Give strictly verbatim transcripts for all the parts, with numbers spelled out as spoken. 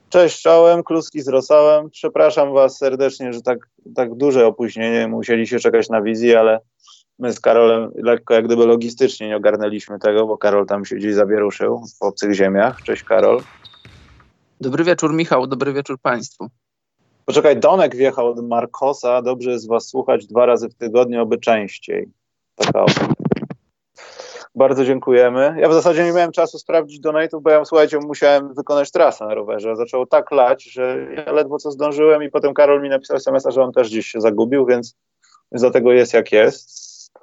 Cześć czołem, kluski z rosołem. Przepraszam was serdecznie, że tak, tak duże opóźnienie. Musieliście czekać na wizję, ale my z Karolem lekko jak gdyby logistycznie nie ogarnęliśmy tego, bo Karol tam się gdzieś zawieruszył w obcych ziemiach. Cześć Karol. Dobry wieczór Michał, dobry wieczór Państwu. Poczekaj, Donek wjechał od Markosa. Dobrze jest was słuchać dwa razy w tygodniu, oby częściej. Taka opcja. Bardzo dziękujemy. Ja w zasadzie nie miałem czasu sprawdzić donate'ów, bo ja, słuchajcie, musiałem wykonać trasę na rowerze. Zaczęło tak lać, że ja ledwo co zdążyłem i potem Karol mi napisał es em es a, że on też gdzieś się zagubił, więc, więc dlatego jest jak jest.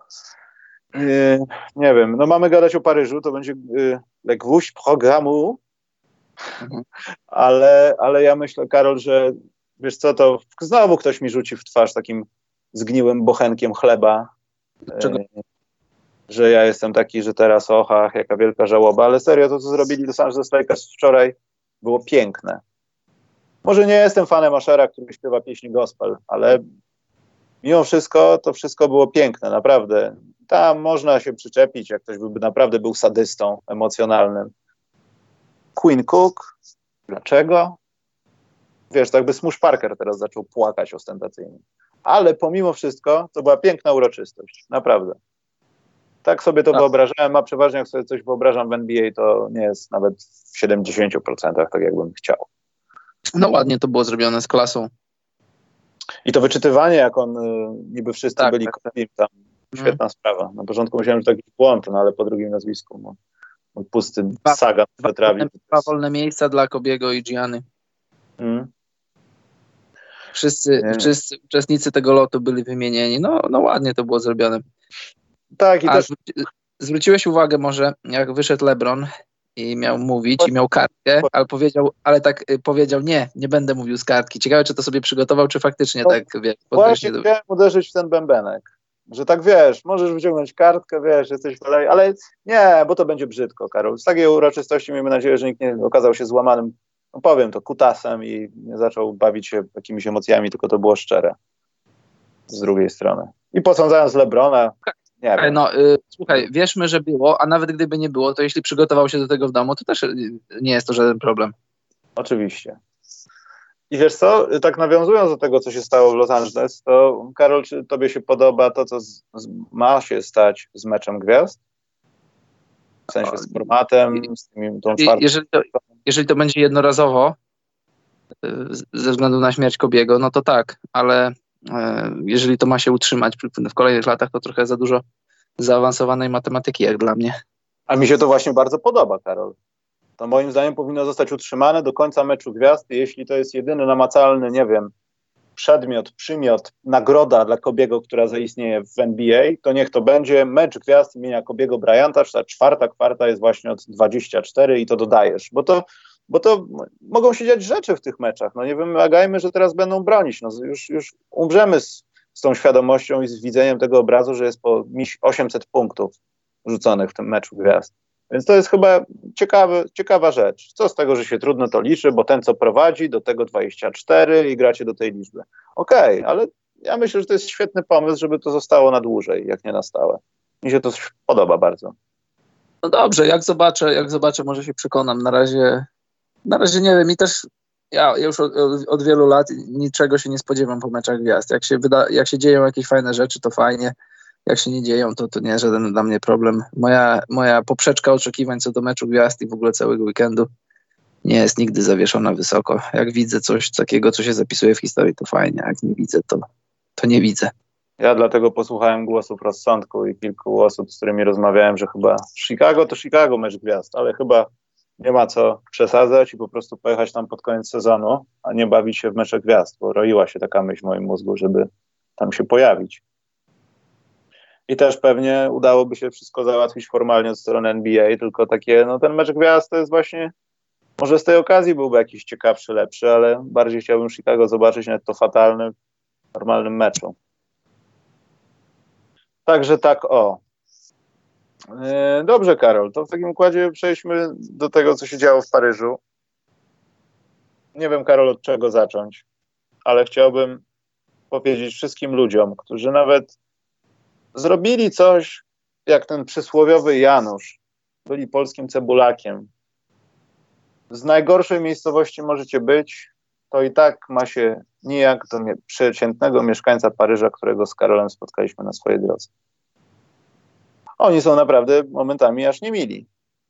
Yy, nie wiem, no mamy gadać o Paryżu, to będzie yy, gwóźdź programu, mhm. ale, ale ja myślę, Karol, że wiesz co, to znowu ktoś mi rzuci w twarz takim zgniłym bochenkiem chleba. Czego? Yy, że ja jestem taki, że teraz ochach, jaka wielka żałoba, ale serio, to co zrobili Los Angeles Lakers wczoraj było piękne. Może nie jestem fanem Ashera, który śpiewa pieśni gospel, ale mimo wszystko to wszystko było piękne, naprawdę. Tam można się przyczepić, jak ktoś by naprawdę był sadystą emocjonalnym. Quinn Cook? Dlaczego? Wiesz, tak by Smush Parker teraz zaczął płakać ostentacyjnie. Ale pomimo wszystko to była piękna uroczystość, naprawdę. Tak sobie to tak. wyobrażałem, a przeważnie jak sobie coś wyobrażam w N B A, to nie jest nawet w siedemdziesięciu procentach tak, jakbym chciał. No ładnie to było zrobione z klasą. I to wyczytywanie, jak on, y, niby wszyscy tak, byli tak, tak. tam, świetna hmm. sprawa. Na początku myślałem, że to jakiś błąd, no ale po drugim nazwisku, no, no pusty dwa, sagan dwa, wytrawi. wolne, dwa wolne miejsca dla Kobiego i Gianny. Hmm. Wszyscy, wszyscy uczestnicy tego lotu byli wymienieni. No, no ładnie to było zrobione. Tak, i A też... zwróciłeś uwagę może, jak wyszedł LeBron i miał mówić i miał kartkę, ale powiedział, ale tak powiedział, nie, nie będę mówił z kartki. Ciekawe, czy to sobie przygotował, czy faktycznie no, tak, wiesz. Właśnie do... chciałem uderzyć w ten bębenek, że tak, wiesz, możesz wyciągnąć kartkę, wiesz, jesteś dalej, ale nie, bo to będzie brzydko, Karol. Z takiej uroczystości miejmy nadzieję, że nikt nie okazał się złamanym, no powiem to, kutasem i nie zaczął bawić się jakimiś emocjami, tylko to było szczere. Z drugiej strony. I posądzając LeBrona, nie wiem. No, y, słuchaj, wierzmy, że było, a nawet gdyby nie było, to jeśli przygotował się do tego w domu, to też nie jest to żaden problem. Oczywiście. I wiesz co, tak nawiązując do tego, co się stało w Los Angeles, to Karol, czy tobie się podoba to, co z, z, ma się stać z meczem gwiazd? W sensie z formatem, z tymi, tą czwartą... Jeżeli to, jeżeli to będzie jednorazowo, ze względu na śmierć Kobiego, no to tak, ale jeżeli to ma się utrzymać w kolejnych latach, to trochę za dużo zaawansowanej matematyki jak dla mnie. A mi się to właśnie bardzo podoba, Karol. To moim zdaniem powinno zostać utrzymane do końca meczu gwiazd, jeśli to jest jedyny namacalny, nie wiem, przedmiot, przymiot, nagroda dla Kobiego, która zaistnieje w N B A, to niech to będzie mecz gwiazd imienia Kobiego Bryanta, czy ta czwarta kwarta jest właśnie od dwudziestu czterech i to dodajesz, bo to Bo to mogą się dziać rzeczy w tych meczach. No nie wymagajmy, że teraz będą bronić. No już, już umrzemy z, z tą świadomością i z widzeniem tego obrazu, że jest po osiemset punktów rzuconych w tym meczu gwiazd. Więc to jest chyba ciekawy, ciekawa rzecz. Co z tego, że się trudno to liczy, bo ten, co prowadzi, do tego dwadzieścia cztery i gracie do tej liczby. Okej, okay, ale ja myślę, że to jest świetny pomysł, żeby to zostało na dłużej, jak nie na stałe. Mi się to podoba bardzo. No dobrze, jak zobaczę, jak zobaczę, może się przekonam. Na razie Na razie nie wiem i też ja już od, od wielu lat niczego się nie spodziewam po meczach gwiazd. Jak się, wyda, jak się dzieją jakieś fajne rzeczy, to fajnie. Jak się nie dzieją, to, to nie jest żaden dla mnie problem. Moja, moja poprzeczka oczekiwań co do meczu gwiazd i w ogóle całego weekendu nie jest nigdy zawieszona wysoko. Jak widzę coś takiego, co się zapisuje w historii, to fajnie. Jak nie widzę, to, to nie widzę. Ja dlatego posłuchałem głosów rozsądku i kilku osób, z którymi rozmawiałem, że chyba Chicago to Chicago mecz gwiazd, ale chyba nie ma co przesadzać i po prostu pojechać tam pod koniec sezonu, a nie bawić się w mecze gwiazd, bo roiła się taka myśl w moim mózgu, żeby tam się pojawić. I też pewnie udałoby się wszystko załatwić formalnie od strony N B A, tylko takie, no ten mecz gwiazd to jest właśnie, może z tej okazji byłby jakiś ciekawszy, lepszy, ale bardziej chciałbym Chicago zobaczyć nawet to fatalnym, normalnym meczu. Także tak, o. Dobrze, Karol, to w takim układzie przejdźmy do tego, co się działo w Paryżu. Nie wiem, Karol, od czego zacząć, ale chciałbym powiedzieć wszystkim ludziom, którzy nawet zrobili coś, jak ten przysłowiowy Janusz, byli polskim cebulakiem, z najgorszej miejscowości możecie być, to i tak ma się nijak do mie- przeciętnego mieszkańca Paryża, którego z Karolem spotkaliśmy na swojej drodze. Oni są naprawdę momentami aż niemili.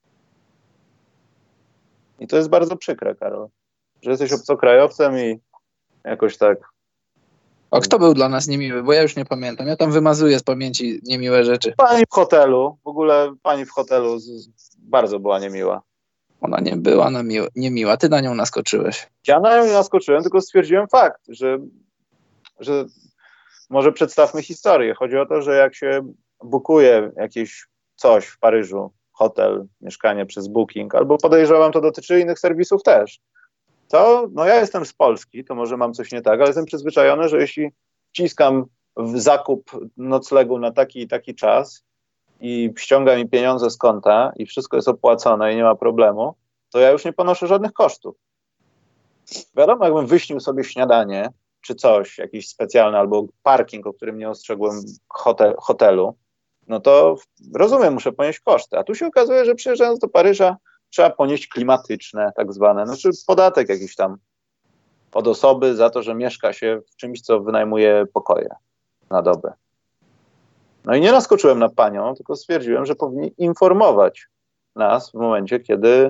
I to jest bardzo przykre, Karol, że jesteś obcokrajowcem i jakoś tak... A kto był dla nas niemiły? Bo ja już nie pamiętam. Ja tam wymazuję z pamięci niemiłe rzeczy. Pani w hotelu, w ogóle pani w hotelu z, z, bardzo była niemiła. Ona nie była na mił- niemiła. Ty na nią naskoczyłeś. Ja na nią nie naskoczyłem, tylko stwierdziłem fakt, że, że może przedstawmy historię. Chodzi o to, że jak się bukuje jakieś coś w Paryżu, hotel, mieszkanie przez Booking, albo podejrzewam, to dotyczy innych serwisów też, to no ja jestem z Polski, to może mam coś nie tak, ale jestem przyzwyczajony, że jeśli wciskam w zakup noclegu na taki i taki czas i ściąga mi pieniądze z konta i wszystko jest opłacone i nie ma problemu, to ja już nie ponoszę żadnych kosztów. Wiadomo, jakbym wyśnił sobie śniadanie, czy coś, jakiś specjalny, albo parking, o którym nie ostrzegłem hotel, hotelu, no to rozumiem, muszę ponieść koszty. A tu się okazuje, że przyjeżdżając do Paryża trzeba ponieść klimatyczne tak zwane, znaczy podatek jakiś tam od osoby za to, że mieszka się w czymś, co wynajmuje pokoje na dobę. No i nie naskoczyłem na panią, tylko stwierdziłem, że powinni informować nas w momencie, kiedy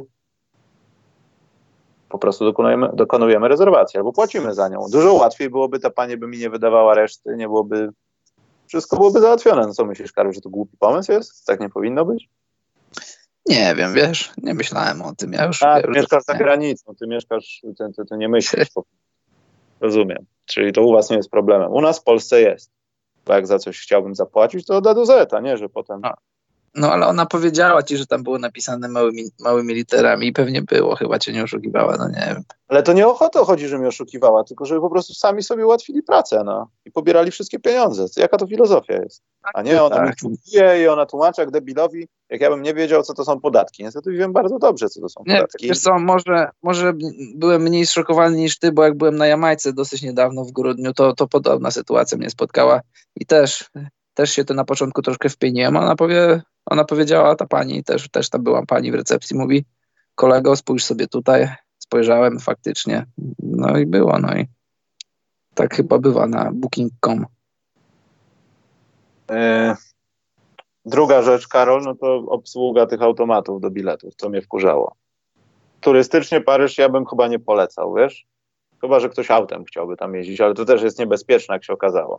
po prostu dokonujemy, dokonujemy rezerwacji albo płacimy za nią. Dużo łatwiej byłoby, ta pani by mi nie wydawała reszty, nie byłoby, wszystko byłoby załatwione. No co myślisz, Karol, że to głupi pomysł jest? Tak nie powinno być? Nie wiem, wiesz, nie myślałem o tym. Ja już, A, ja ty już mieszkasz za nie. granicą, ty mieszkasz, ty, ty, ty nie myślisz. Rozumiem. Czyli to u was nie jest problemem. U nas w Polsce jest. Bo jak za coś chciałbym zapłacić, to od A do Z, a nie, że potem... A. No ale ona powiedziała ci, że tam było napisane małymi, małymi literami i pewnie było, chyba cię nie oszukiwała, no nie wiem. Ale to nie o to chodzi, że mnie oszukiwała, tylko żeby po prostu sami sobie ułatwili pracę, no. I pobierali wszystkie pieniądze. Jaka to filozofia jest? A nie, ona tak. mi tłumaczy i ona tłumaczy jak debilowi, jak ja bym nie wiedział, co to są podatki. Niestety wiem bardzo dobrze, co to są Nie, podatki. wiesz co, może, może byłem mniej zszokowany niż ty, bo jak byłem na Jamajce dosyć niedawno w grudniu, to, to podobna sytuacja mnie spotkała i też, też się to na początku troszkę wpieniłem. Ona powie, ona powiedziała, ta pani, też, też tam była pani w recepcji, mówi, kolego, spójrz sobie tutaj, spojrzałem faktycznie, no i było, no i tak chyba bywa na booking kropka com. Yy, druga rzecz, Karol, no to obsługa tych automatów do biletów, co mnie wkurzało. Turystycznie Paryż ja bym chyba nie polecał, wiesz? Chyba, że ktoś autem chciałby tam jeździć, ale to też jest niebezpieczne, jak się okazało.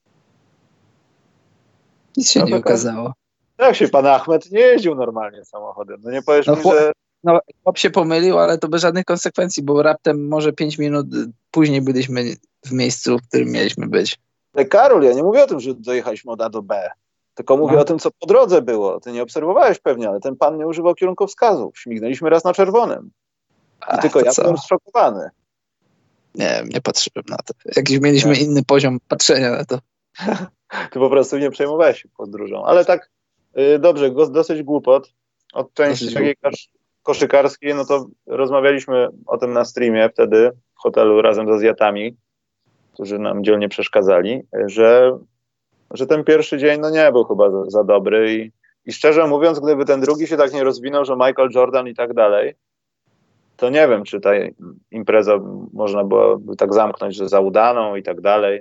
Nic się No nie to- okazało. Jak się pan Achmed nie jeździł normalnie samochodem? No nie powiesz No mi, chłop- że... No, chłop się pomylił, ale to bez żadnych konsekwencji, bo raptem może pięć minut później byliśmy w miejscu, w którym mieliśmy być. Ale Karol, ja nie mówię o tym, że dojechaliśmy od A do B, tylko mówię No. o tym, co po drodze było. Ty nie obserwowałeś pewnie, ale ten pan nie używał kierunkowskazów. Śmignęliśmy raz na czerwonym. I Ach, tylko to ja co? byłem zszokowany. Nie wiem, nie patrzyłem na to. Jakiś mieliśmy Nie. inny poziom patrzenia na to. Ty po prostu nie przejmowałeś się podróżą. Ale tak, y, dobrze, go, dosyć głupot. Od części Dosyć takiej kosz, koszykarskiej, no to rozmawialiśmy o tym na streamie wtedy w hotelu razem z Azjatami, którzy nam dzielnie przeszkadzali, że, że ten pierwszy dzień no nie był chyba za, za dobry i, i szczerze mówiąc, gdyby ten drugi się tak nie rozwinął, że Michael Jordan i tak dalej, to nie wiem, czy ta impreza można byłoby tak zamknąć, że za udaną i tak dalej.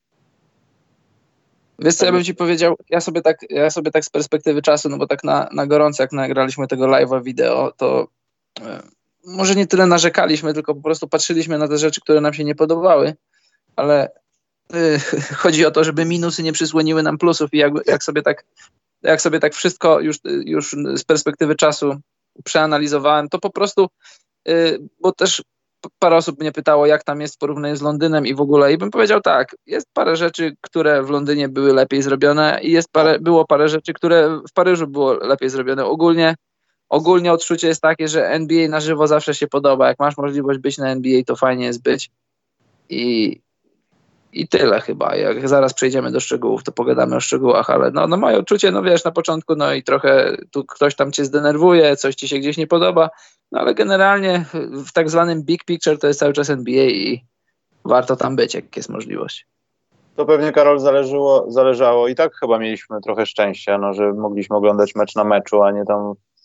Wiesz co, ja bym ci powiedział, ja sobie tak, ja sobie tak z perspektywy czasu, no bo tak na, na gorąco, jak nagraliśmy tego live'a wideo, to e, może nie tyle narzekaliśmy, tylko po prostu patrzyliśmy na te rzeczy, które nam się nie podobały, ale y, chodzi o to, żeby minusy nie przysłoniły nam plusów i jak, jak sobie tak jak sobie tak wszystko już, już z perspektywy czasu przeanalizowałem, to po prostu, y, bo też parę osób mnie pytało, jak tam jest w porównaniu z Londynem i w ogóle, i bym powiedział tak, jest parę rzeczy, które w Londynie były lepiej zrobione i jest parę, było parę rzeczy, które w Paryżu było lepiej zrobione. Ogólnie, ogólnie odczucie jest takie, że N B A na żywo zawsze się podoba. Jak masz możliwość być na N B A, to fajnie jest być. I, i tyle chyba. Jak zaraz przejdziemy do szczegółów, to pogadamy o szczegółach, ale no, no moje odczucie, no wiesz, na początku, no i trochę tu ktoś tam cię zdenerwuje, coś ci się gdzieś nie podoba, no ale generalnie w tak zwanym big picture to jest cały czas N B A i warto tam być, jak jest możliwość. To pewnie, Karol, zależyło, zależało i tak chyba mieliśmy trochę szczęścia, no, że mogliśmy oglądać mecz na meczu, a nie tam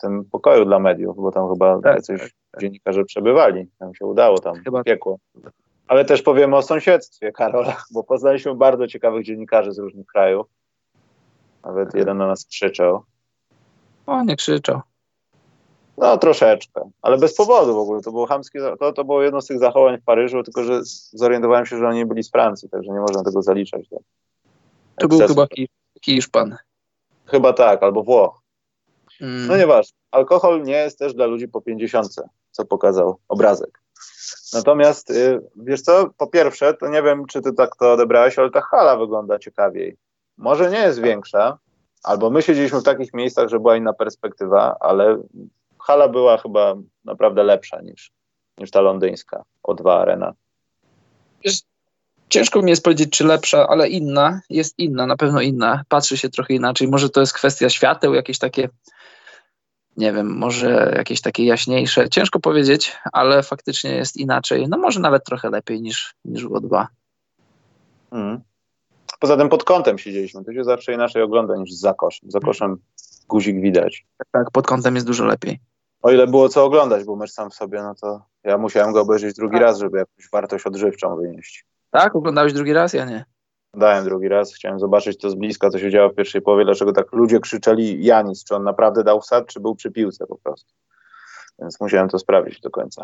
tym pokoju dla mediów, bo tam chyba Tak, jacyś tak, tak. dziennikarze przebywali. Nam się udało, tam Chyba piekło. Ale też powiemy o sąsiedztwie, Karol, bo poznaliśmy bardzo ciekawych dziennikarzy z różnych krajów. Nawet jeden na nas krzyczał. O, nie krzyczał. No troszeczkę, ale bez powodu w ogóle. To było chamskie, to, to było jedno z tych zachowań w Paryżu, tylko że zorientowałem się, że oni byli z Francji, także nie można tego zaliczać do To był ekscesu. chyba Hi- Hiszpan. Chyba tak, albo Włoch. Mm. No nieważne. Alkohol nie jest też dla ludzi po pięćdziesiątce, co pokazał obrazek. Natomiast, y, wiesz co, po pierwsze, to nie wiem, czy ty tak to odebrałeś, ale ta hala wygląda ciekawiej. Może nie jest większa, albo my siedzieliśmy w takich miejscach, że była inna perspektywa, ale hala była chyba naprawdę lepsza niż, niż ta londyńska O dwa Arena. Wiesz, ciężko mi jest powiedzieć, czy lepsza, ale inna, jest inna, na pewno inna. Patrzy się trochę inaczej. Może to jest kwestia świateł, jakieś takie, nie wiem, może jakieś takie jaśniejsze. Ciężko powiedzieć, ale faktycznie jest inaczej. No może nawet trochę lepiej niż, niż w O dwa. Mhm. Poza tym pod kątem siedzieliśmy. To się zawsze inaczej ogląda niż za koszem. Za koszem guzik widać. Tak, tak, pod kątem jest dużo lepiej. O ile było co oglądać, bo mecz sam w sobie, no to ja musiałem go obejrzeć drugi raz, żeby jakąś wartość odżywczą wynieść. Tak? Oglądałeś drugi raz? Ja nie. Dałem drugi raz, chciałem zobaczyć to z bliska, co się działo w pierwszej połowie, dlaczego tak ludzie krzyczeli Janis, czy on naprawdę dał wsad, czy był przy piłce po prostu. Więc musiałem to sprawdzić do końca.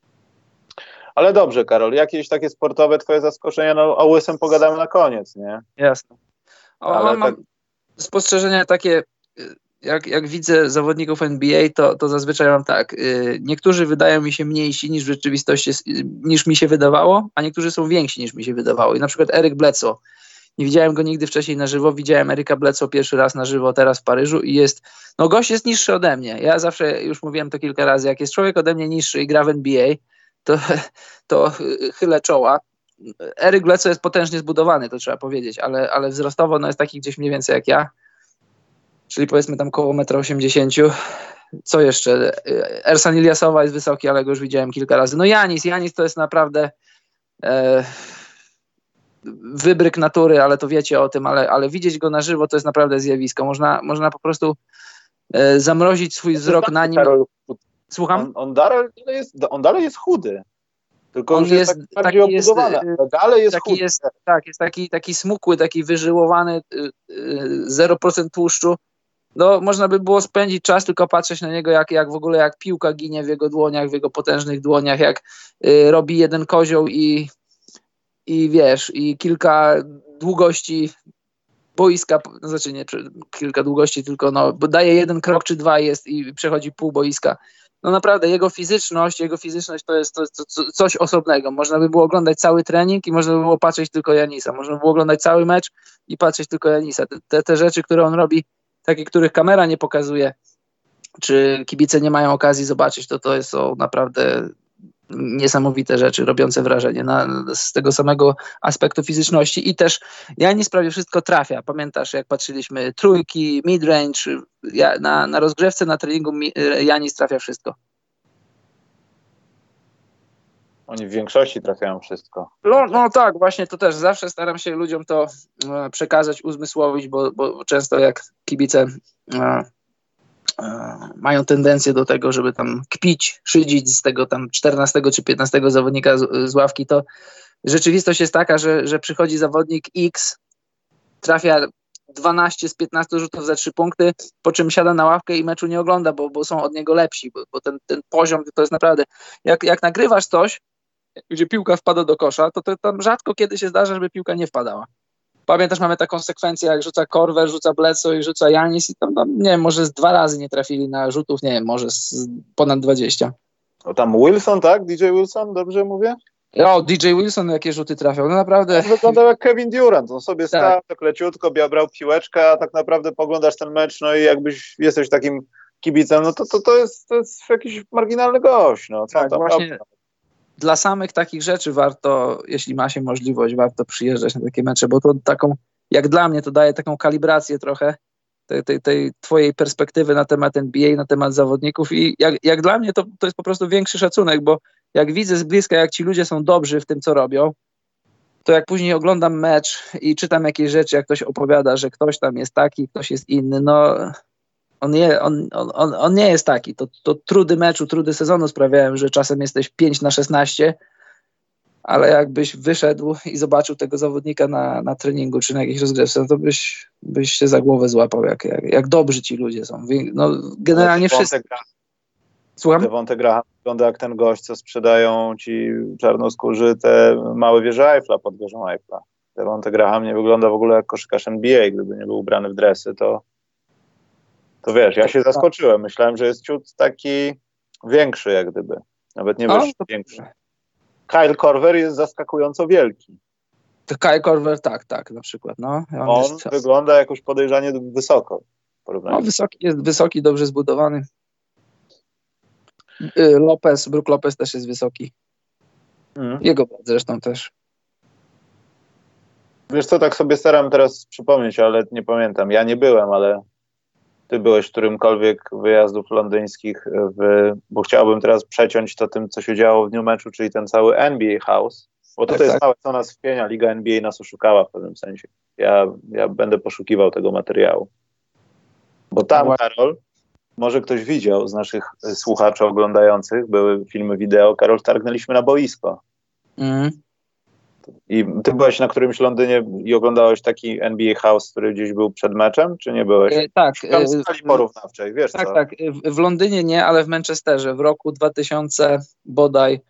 Ale dobrze, Karol, jakieś takie sportowe twoje zaskoczenia, no o łysym pogadamy na koniec, nie? Jasne. O, Ale mam tak- spostrzeżenia takie, jak, jak widzę zawodników N B A, to, to zazwyczaj mam tak. y, Niektórzy wydają mi się mniejsi niż w rzeczywistości, s- niż mi się wydawało, a niektórzy są więksi niż mi się wydawało. I na przykład Eric Bledsoe. Nie widziałem go nigdy wcześniej na żywo. Widziałem Eryka Bledsoe pierwszy raz na żywo teraz w Paryżu i jest, no gość jest niższy ode mnie. Ja zawsze, już mówiłem to kilka razy, jak jest człowiek ode mnie niższy i gra w N B A, to, to chylę czoła. Eryk Bledsoe jest potężnie zbudowany, to trzeba powiedzieć, ale, ale wzrostowo no jest taki gdzieś mniej więcej jak ja, czyli powiedzmy tam koło metra osiemdziesięciu. Co jeszcze? Ersan Ilyasowa jest wysoki, ale go już widziałem kilka razy. No Janis, Janis to jest naprawdę e, wybryk natury, ale to wiecie o tym, ale, ale widzieć go na żywo to jest naprawdę zjawisko. Można, można po prostu e, zamrozić swój wzrok na nim. Karol, Słucham? on, on, dalej jest, on dalej jest chudy. Tylko On już jest, jest tak bardziej taki jest, obudowany, y, ale dalej jest taki chudy. jest, tak, jest taki, taki smukły, taki wyżyłowany, y, y, zero procent tłuszczu. No, można by było spędzić czas tylko patrzeć na niego, jak, jak w ogóle jak piłka ginie w jego dłoniach, w jego potężnych dłoniach, jak y, robi jeden kozioł i, i wiesz, i kilka długości boiska, no, znaczy nie kilka długości, tylko no, bo daje jeden krok czy dwa jest i przechodzi pół boiska. No naprawdę, jego fizyczność, jego fizyczność to jest to, to, to coś osobnego. Można by było oglądać cały trening i można by było patrzeć tylko Janisa. Można by było oglądać cały mecz i patrzeć tylko Janisa. Te, te rzeczy, które on robi, takie, których kamera nie pokazuje, czy kibice nie mają okazji zobaczyć, to to są naprawdę niesamowite rzeczy, robiące wrażenie na, z tego samego aspektu fizyczności i też Janis prawie wszystko trafia. Pamiętasz, jak patrzyliśmy trójki, midrange, ja, na, na rozgrzewce, na treningu Janis trafia wszystko. Oni w większości trafiają wszystko. No, no tak, właśnie to też zawsze staram się ludziom to e, przekazać, uzmysłowić, bo, bo często jak kibice e, mają tendencję do tego, żeby tam kpić, szydzić z tego tam czternastego czy piętnastego zawodnika z, z ławki, to rzeczywistość jest taka, że, że przychodzi zawodnik X, trafia dwanaście z piętnastu rzutów za trzy punkty, po czym siada na ławkę i meczu nie ogląda, bo, bo są od niego lepsi, bo, bo ten, ten poziom to jest naprawdę, jak, jak nagrywasz coś, gdzie piłka wpada do kosza, to, to tam rzadko kiedy się zdarza, żeby piłka nie wpadała. Pamiętasz, mamy taką sekwencję, jak rzuca Korver, rzuca Bledsoe i rzuca Janis i tam, tam, nie wiem, może z dwa razy nie trafili na rzutów, nie wiem, może z ponad dwadzieścia. O, tam Wilson, tak? D J Wilson, dobrze mówię? O, D J Wilson jakie rzuty trafiał, no naprawdę. On wyglądał jak Kevin Durant, on sobie Tak. stał tak leciutko, brał piłeczkę, a tak naprawdę poglądasz ten mecz, no i jakbyś jesteś takim kibicem, no to to, to, jest, to jest jakiś marginalny gość, no. Co Tak, tam właśnie. robi? Dla samych takich rzeczy warto, jeśli ma się możliwość, warto przyjeżdżać na takie mecze, bo to taką, jak dla mnie, to daje taką kalibrację trochę tej, tej, tej twojej perspektywy na temat N B A, na temat zawodników i jak, jak dla mnie to, to jest po prostu większy szacunek, bo jak widzę z bliska, jak ci ludzie są dobrzy w tym, co robią, to jak później oglądam mecz i czytam jakieś rzeczy, jak ktoś opowiada, że ktoś tam jest taki, ktoś jest inny, no On nie, on, on, on nie jest taki. To, to trudy meczu, trudy sezonu sprawiają, że czasem jesteś pięć na szesnaście, ale jakbyś wyszedł i zobaczył tego zawodnika na, na treningu czy na jakiejś rozgrywce, to byś, byś się za głowę złapał, jak, jak, jak dobrzy ci ludzie są. No, generalnie wszyscy... Słucham? Devonte Graham wygląda jak ten gość, co sprzedają ci czarnoskórzy te małe wieże Eiffla pod wieżą Eiffla. Devonte Graham nie wygląda w ogóle jak koszykarz N B A. Gdyby nie był ubrany w dresy, to to wiesz, ja się zaskoczyłem. Myślałem, że jest ciut taki większy jak gdyby. Nawet nie No, wiesz, to... większy. Kyle Korver jest zaskakująco wielki. To Kyle Korver, tak, tak, na przykład. No, on On jest... wygląda jakoś podejrzanie wysoko. No, wysoki, jest wysoki, dobrze zbudowany. Lopez, Brook Lopez też jest wysoki. Mm. Jego brat zresztą też. Wiesz co, tak sobie staram teraz przypomnieć, ale nie pamiętam. Ja nie byłem, ale ty byłeś w którymkolwiek wyjazdów londyńskich, w, bo chciałbym teraz przeciąć to tym, co się działo w dniu meczu, czyli ten cały N B A House, bo to, tak, to jest tak. małe, co nas wpienia. Liga N B A nas oszukała w pewnym sensie. Ja, ja będę poszukiwał tego materiału. Bo tam, no, Karol, może ktoś widział z naszych słuchaczy oglądających, były filmy wideo, Karol, targnęliśmy na boisko. Mm. I ty byłeś na którymś Londynie i oglądałeś taki N B A House, który gdzieś był przed meczem, czy nie byłeś? E, tak. Tam w skali porównawczej, wiesz tak, co? Tak, w, w Londynie nie, ale w Manchesterze w roku dwa tysiące bodaj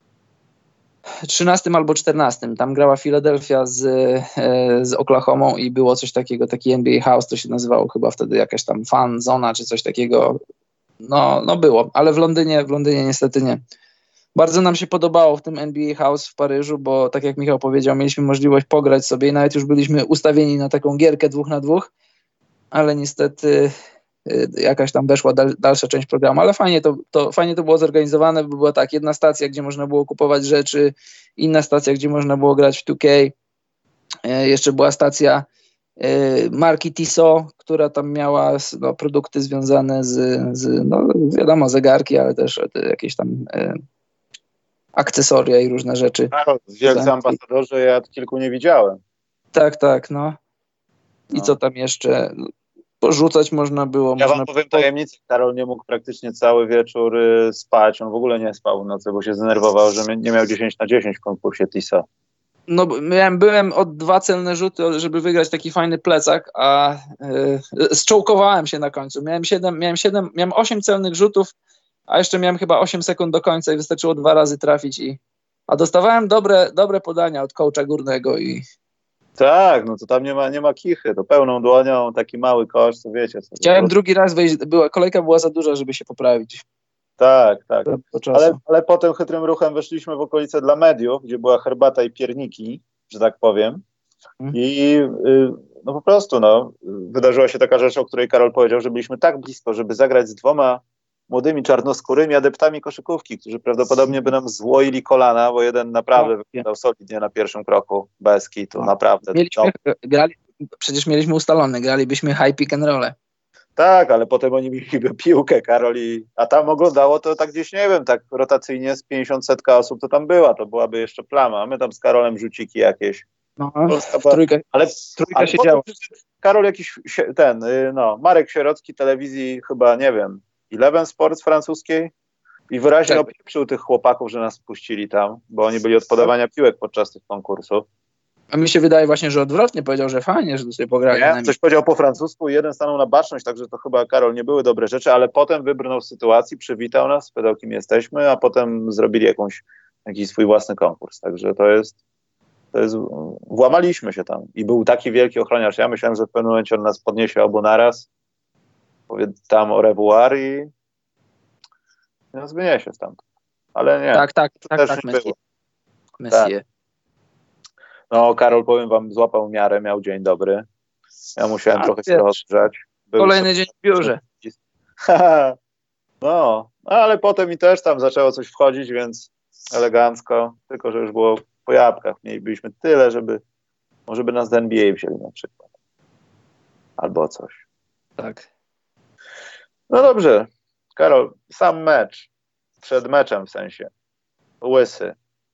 trzynastym albo czternastym. Tam grała Philadelphia z, e, z Oklahomą i było coś takiego, taki N B A House, to się nazywało chyba wtedy jakaś tam fan zona, czy coś takiego. No, no było, ale w Londynie, w Londynie niestety nie. Bardzo nam się podobało w tym N B A House w Paryżu, bo tak jak Michał powiedział, mieliśmy możliwość pograć sobie i nawet już byliśmy ustawieni na taką gierkę dwóch na dwóch, ale niestety y, jakaś tam weszła dal, dalsza część programu, ale fajnie to, to, fajnie to było zorganizowane, bo była tak, jedna stacja, gdzie można było kupować rzeczy, inna stacja, gdzie można było grać w two K, y, jeszcze była stacja y, marki Tissot, która tam miała no, produkty związane z, z, no wiadomo, zegarki, ale też jakieś tam y, akcesoria i różne rzeczy. A, wielcy ambasadorzy, ja kilku nie widziałem. Tak, tak, no. I no. Co tam jeszcze? Porzucać można było. Ja można... wam powiem tajemnicę, Karol nie mógł praktycznie cały wieczór y, spać, on w ogóle nie spał w nocy, bo się zdenerwował, że nie miał dziesięć na dziesięć w konkursie Tissot. No, miałem, byłem od dwa celne rzuty, żeby wygrać taki fajny plecak, a yy, zczołkowałem się na końcu. Miałem siedem, miałem siedem, miałem osiem celnych rzutów, a jeszcze miałem chyba osiem sekund do końca i wystarczyło dwa razy trafić. I, a dostawałem dobre, dobre podania od coacha Górnego i... Tak, no to tam nie ma, nie ma kichy, to pełną dłonią, taki mały kosz, to wiecie. Co Chciałem było. drugi raz wejść, była, kolejka była za duża, żeby się poprawić. Tak, tak. Ale, ale potem chytrym ruchem weszliśmy w okolice dla mediów, gdzie była herbata i pierniki, że tak powiem. Hmm. I y, no po prostu no, wydarzyła się taka rzecz, o której Karol powiedział, że byliśmy tak blisko, żeby zagrać z dwoma młodymi czarnoskórymi adeptami koszykówki, którzy prawdopodobnie by nam złoili kolana, bo jeden naprawdę wyglądał solidnie na pierwszym kroku, bez kitu, naprawdę. Mieliśmy, grali, przecież mieliśmy ustalone, gralibyśmy high pick and roll. Tak, ale potem oni mieliby piłkę, Karol, i, a tam oglądało to tak gdzieś, nie wiem, tak rotacyjnie z pięćdziesiąt setka osób, to tam była, to byłaby jeszcze plama, a my tam z Karolem rzuciki jakieś. No, trójka, ale trójka ale się działo. Karol jakiś, ten, no, Marek Sierocki, telewizji chyba, nie wiem, Eleven Sports francuskiej i wyraźnie tak. opieprzył tych chłopaków, że nas wpuścili tam, bo oni byli od podawania piłek podczas tych konkursów. A mi się wydaje właśnie, że odwrotnie powiedział, że fajnie, że tu sobie pograli. Nie, coś powiedział po francusku, jeden stanął na baczność, także to chyba, Karol, nie były dobre rzeczy, ale potem wybrnął z sytuacji, przywitał nas, spytał, kim jesteśmy, a potem zrobili jakąś, jakiś swój własny konkurs, także to jest, to jest, włamaliśmy się tam i był taki wielki ochroniarz. Ja myślałem, że w pewnym momencie on nas podniesie obu naraz, powie tam au revoir i nas wyniesie stamtąd, ale nie. Tak, tak, to tak, też tak, nie Messie. było. Messie. Tak. No, Karol, powiem wam, złapał miarę, miał dzień dobry. Ja musiałem A, trochę się rozgrzać. Kolejny dzień w biurze. No, ale potem mi też tam zaczęło coś wchodzić, więc elegancko, tylko że już było po jabłkach. Mielibyśmy tyle, żeby może by nas z N B A wzięli na przykład. Albo coś. Tak. No dobrze. Karol, sam mecz. Przed meczem w sensie. Łysy.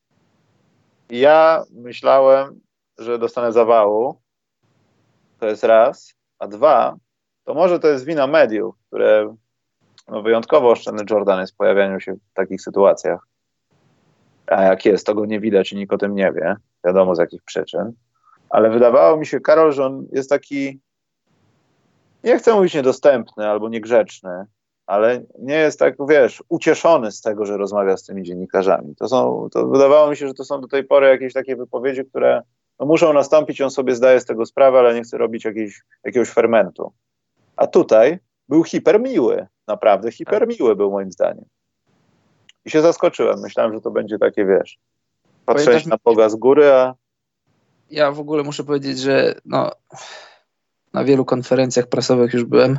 Ja myślałem, że dostanę zawału. To jest raz. A dwa, to może to jest wina mediów, które no, wyjątkowo oszczędny Jordan jest w pojawianiu się w takich sytuacjach. A jak jest, to go nie widać i nikt o tym nie wie. Wiadomo z jakich przyczyn. Ale wydawało mi się, Karol, że on jest taki, nie chcę mówić niedostępny albo niegrzeczny, ale nie jest tak, wiesz, ucieszony z tego, że rozmawia z tymi dziennikarzami. To są, to wydawało mi się, że to są do tej pory jakieś takie wypowiedzi, które no, muszą nastąpić, on sobie zdaje z tego sprawę, ale nie chce robić jakiejś, jakiegoś fermentu. A tutaj był hipermiły, naprawdę hipermiły był moim zdaniem. I się zaskoczyłem, myślałem, że to będzie takie, wiesz, patrzeć na Boga z góry, a... Ja w ogóle muszę powiedzieć, że no, na wielu konferencjach prasowych już byłem,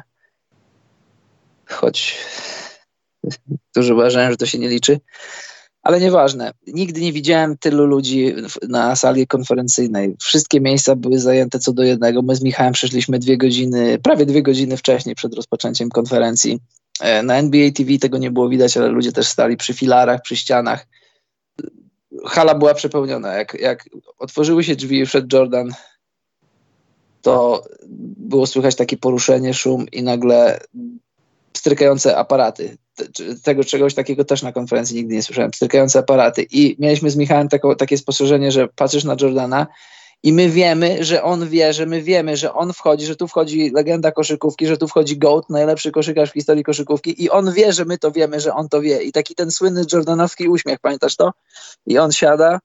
choć którzy uważają, że to się nie liczy, ale nieważne. Nigdy nie widziałem tylu ludzi na sali konferencyjnej. Wszystkie miejsca były zajęte co do jednego. My z Michałem przyszliśmy dwie godziny, prawie dwie godziny wcześniej przed rozpoczęciem konferencji. Na N B A T V tego nie było widać, ale ludzie też stali przy filarach, przy ścianach. Hala była przepełniona. Jak, jak otworzyły się drzwi i wszedł Jordan, to było słychać takie poruszenie, szum i nagle pstrykające aparaty. Tego czegoś takiego też na konferencji nigdy nie słyszałem. Pstrykające aparaty. I mieliśmy z Michałem tako, takie spostrzeżenie, że patrzysz na Jordana i my wiemy, że on wie, że my wiemy, że on wchodzi, że tu wchodzi legenda koszykówki, że tu wchodzi GOAT, najlepszy koszykarz w historii koszykówki i on wie, że my to wiemy, że on to wie. I taki ten słynny jordanowski uśmiech, pamiętasz to? I on siada,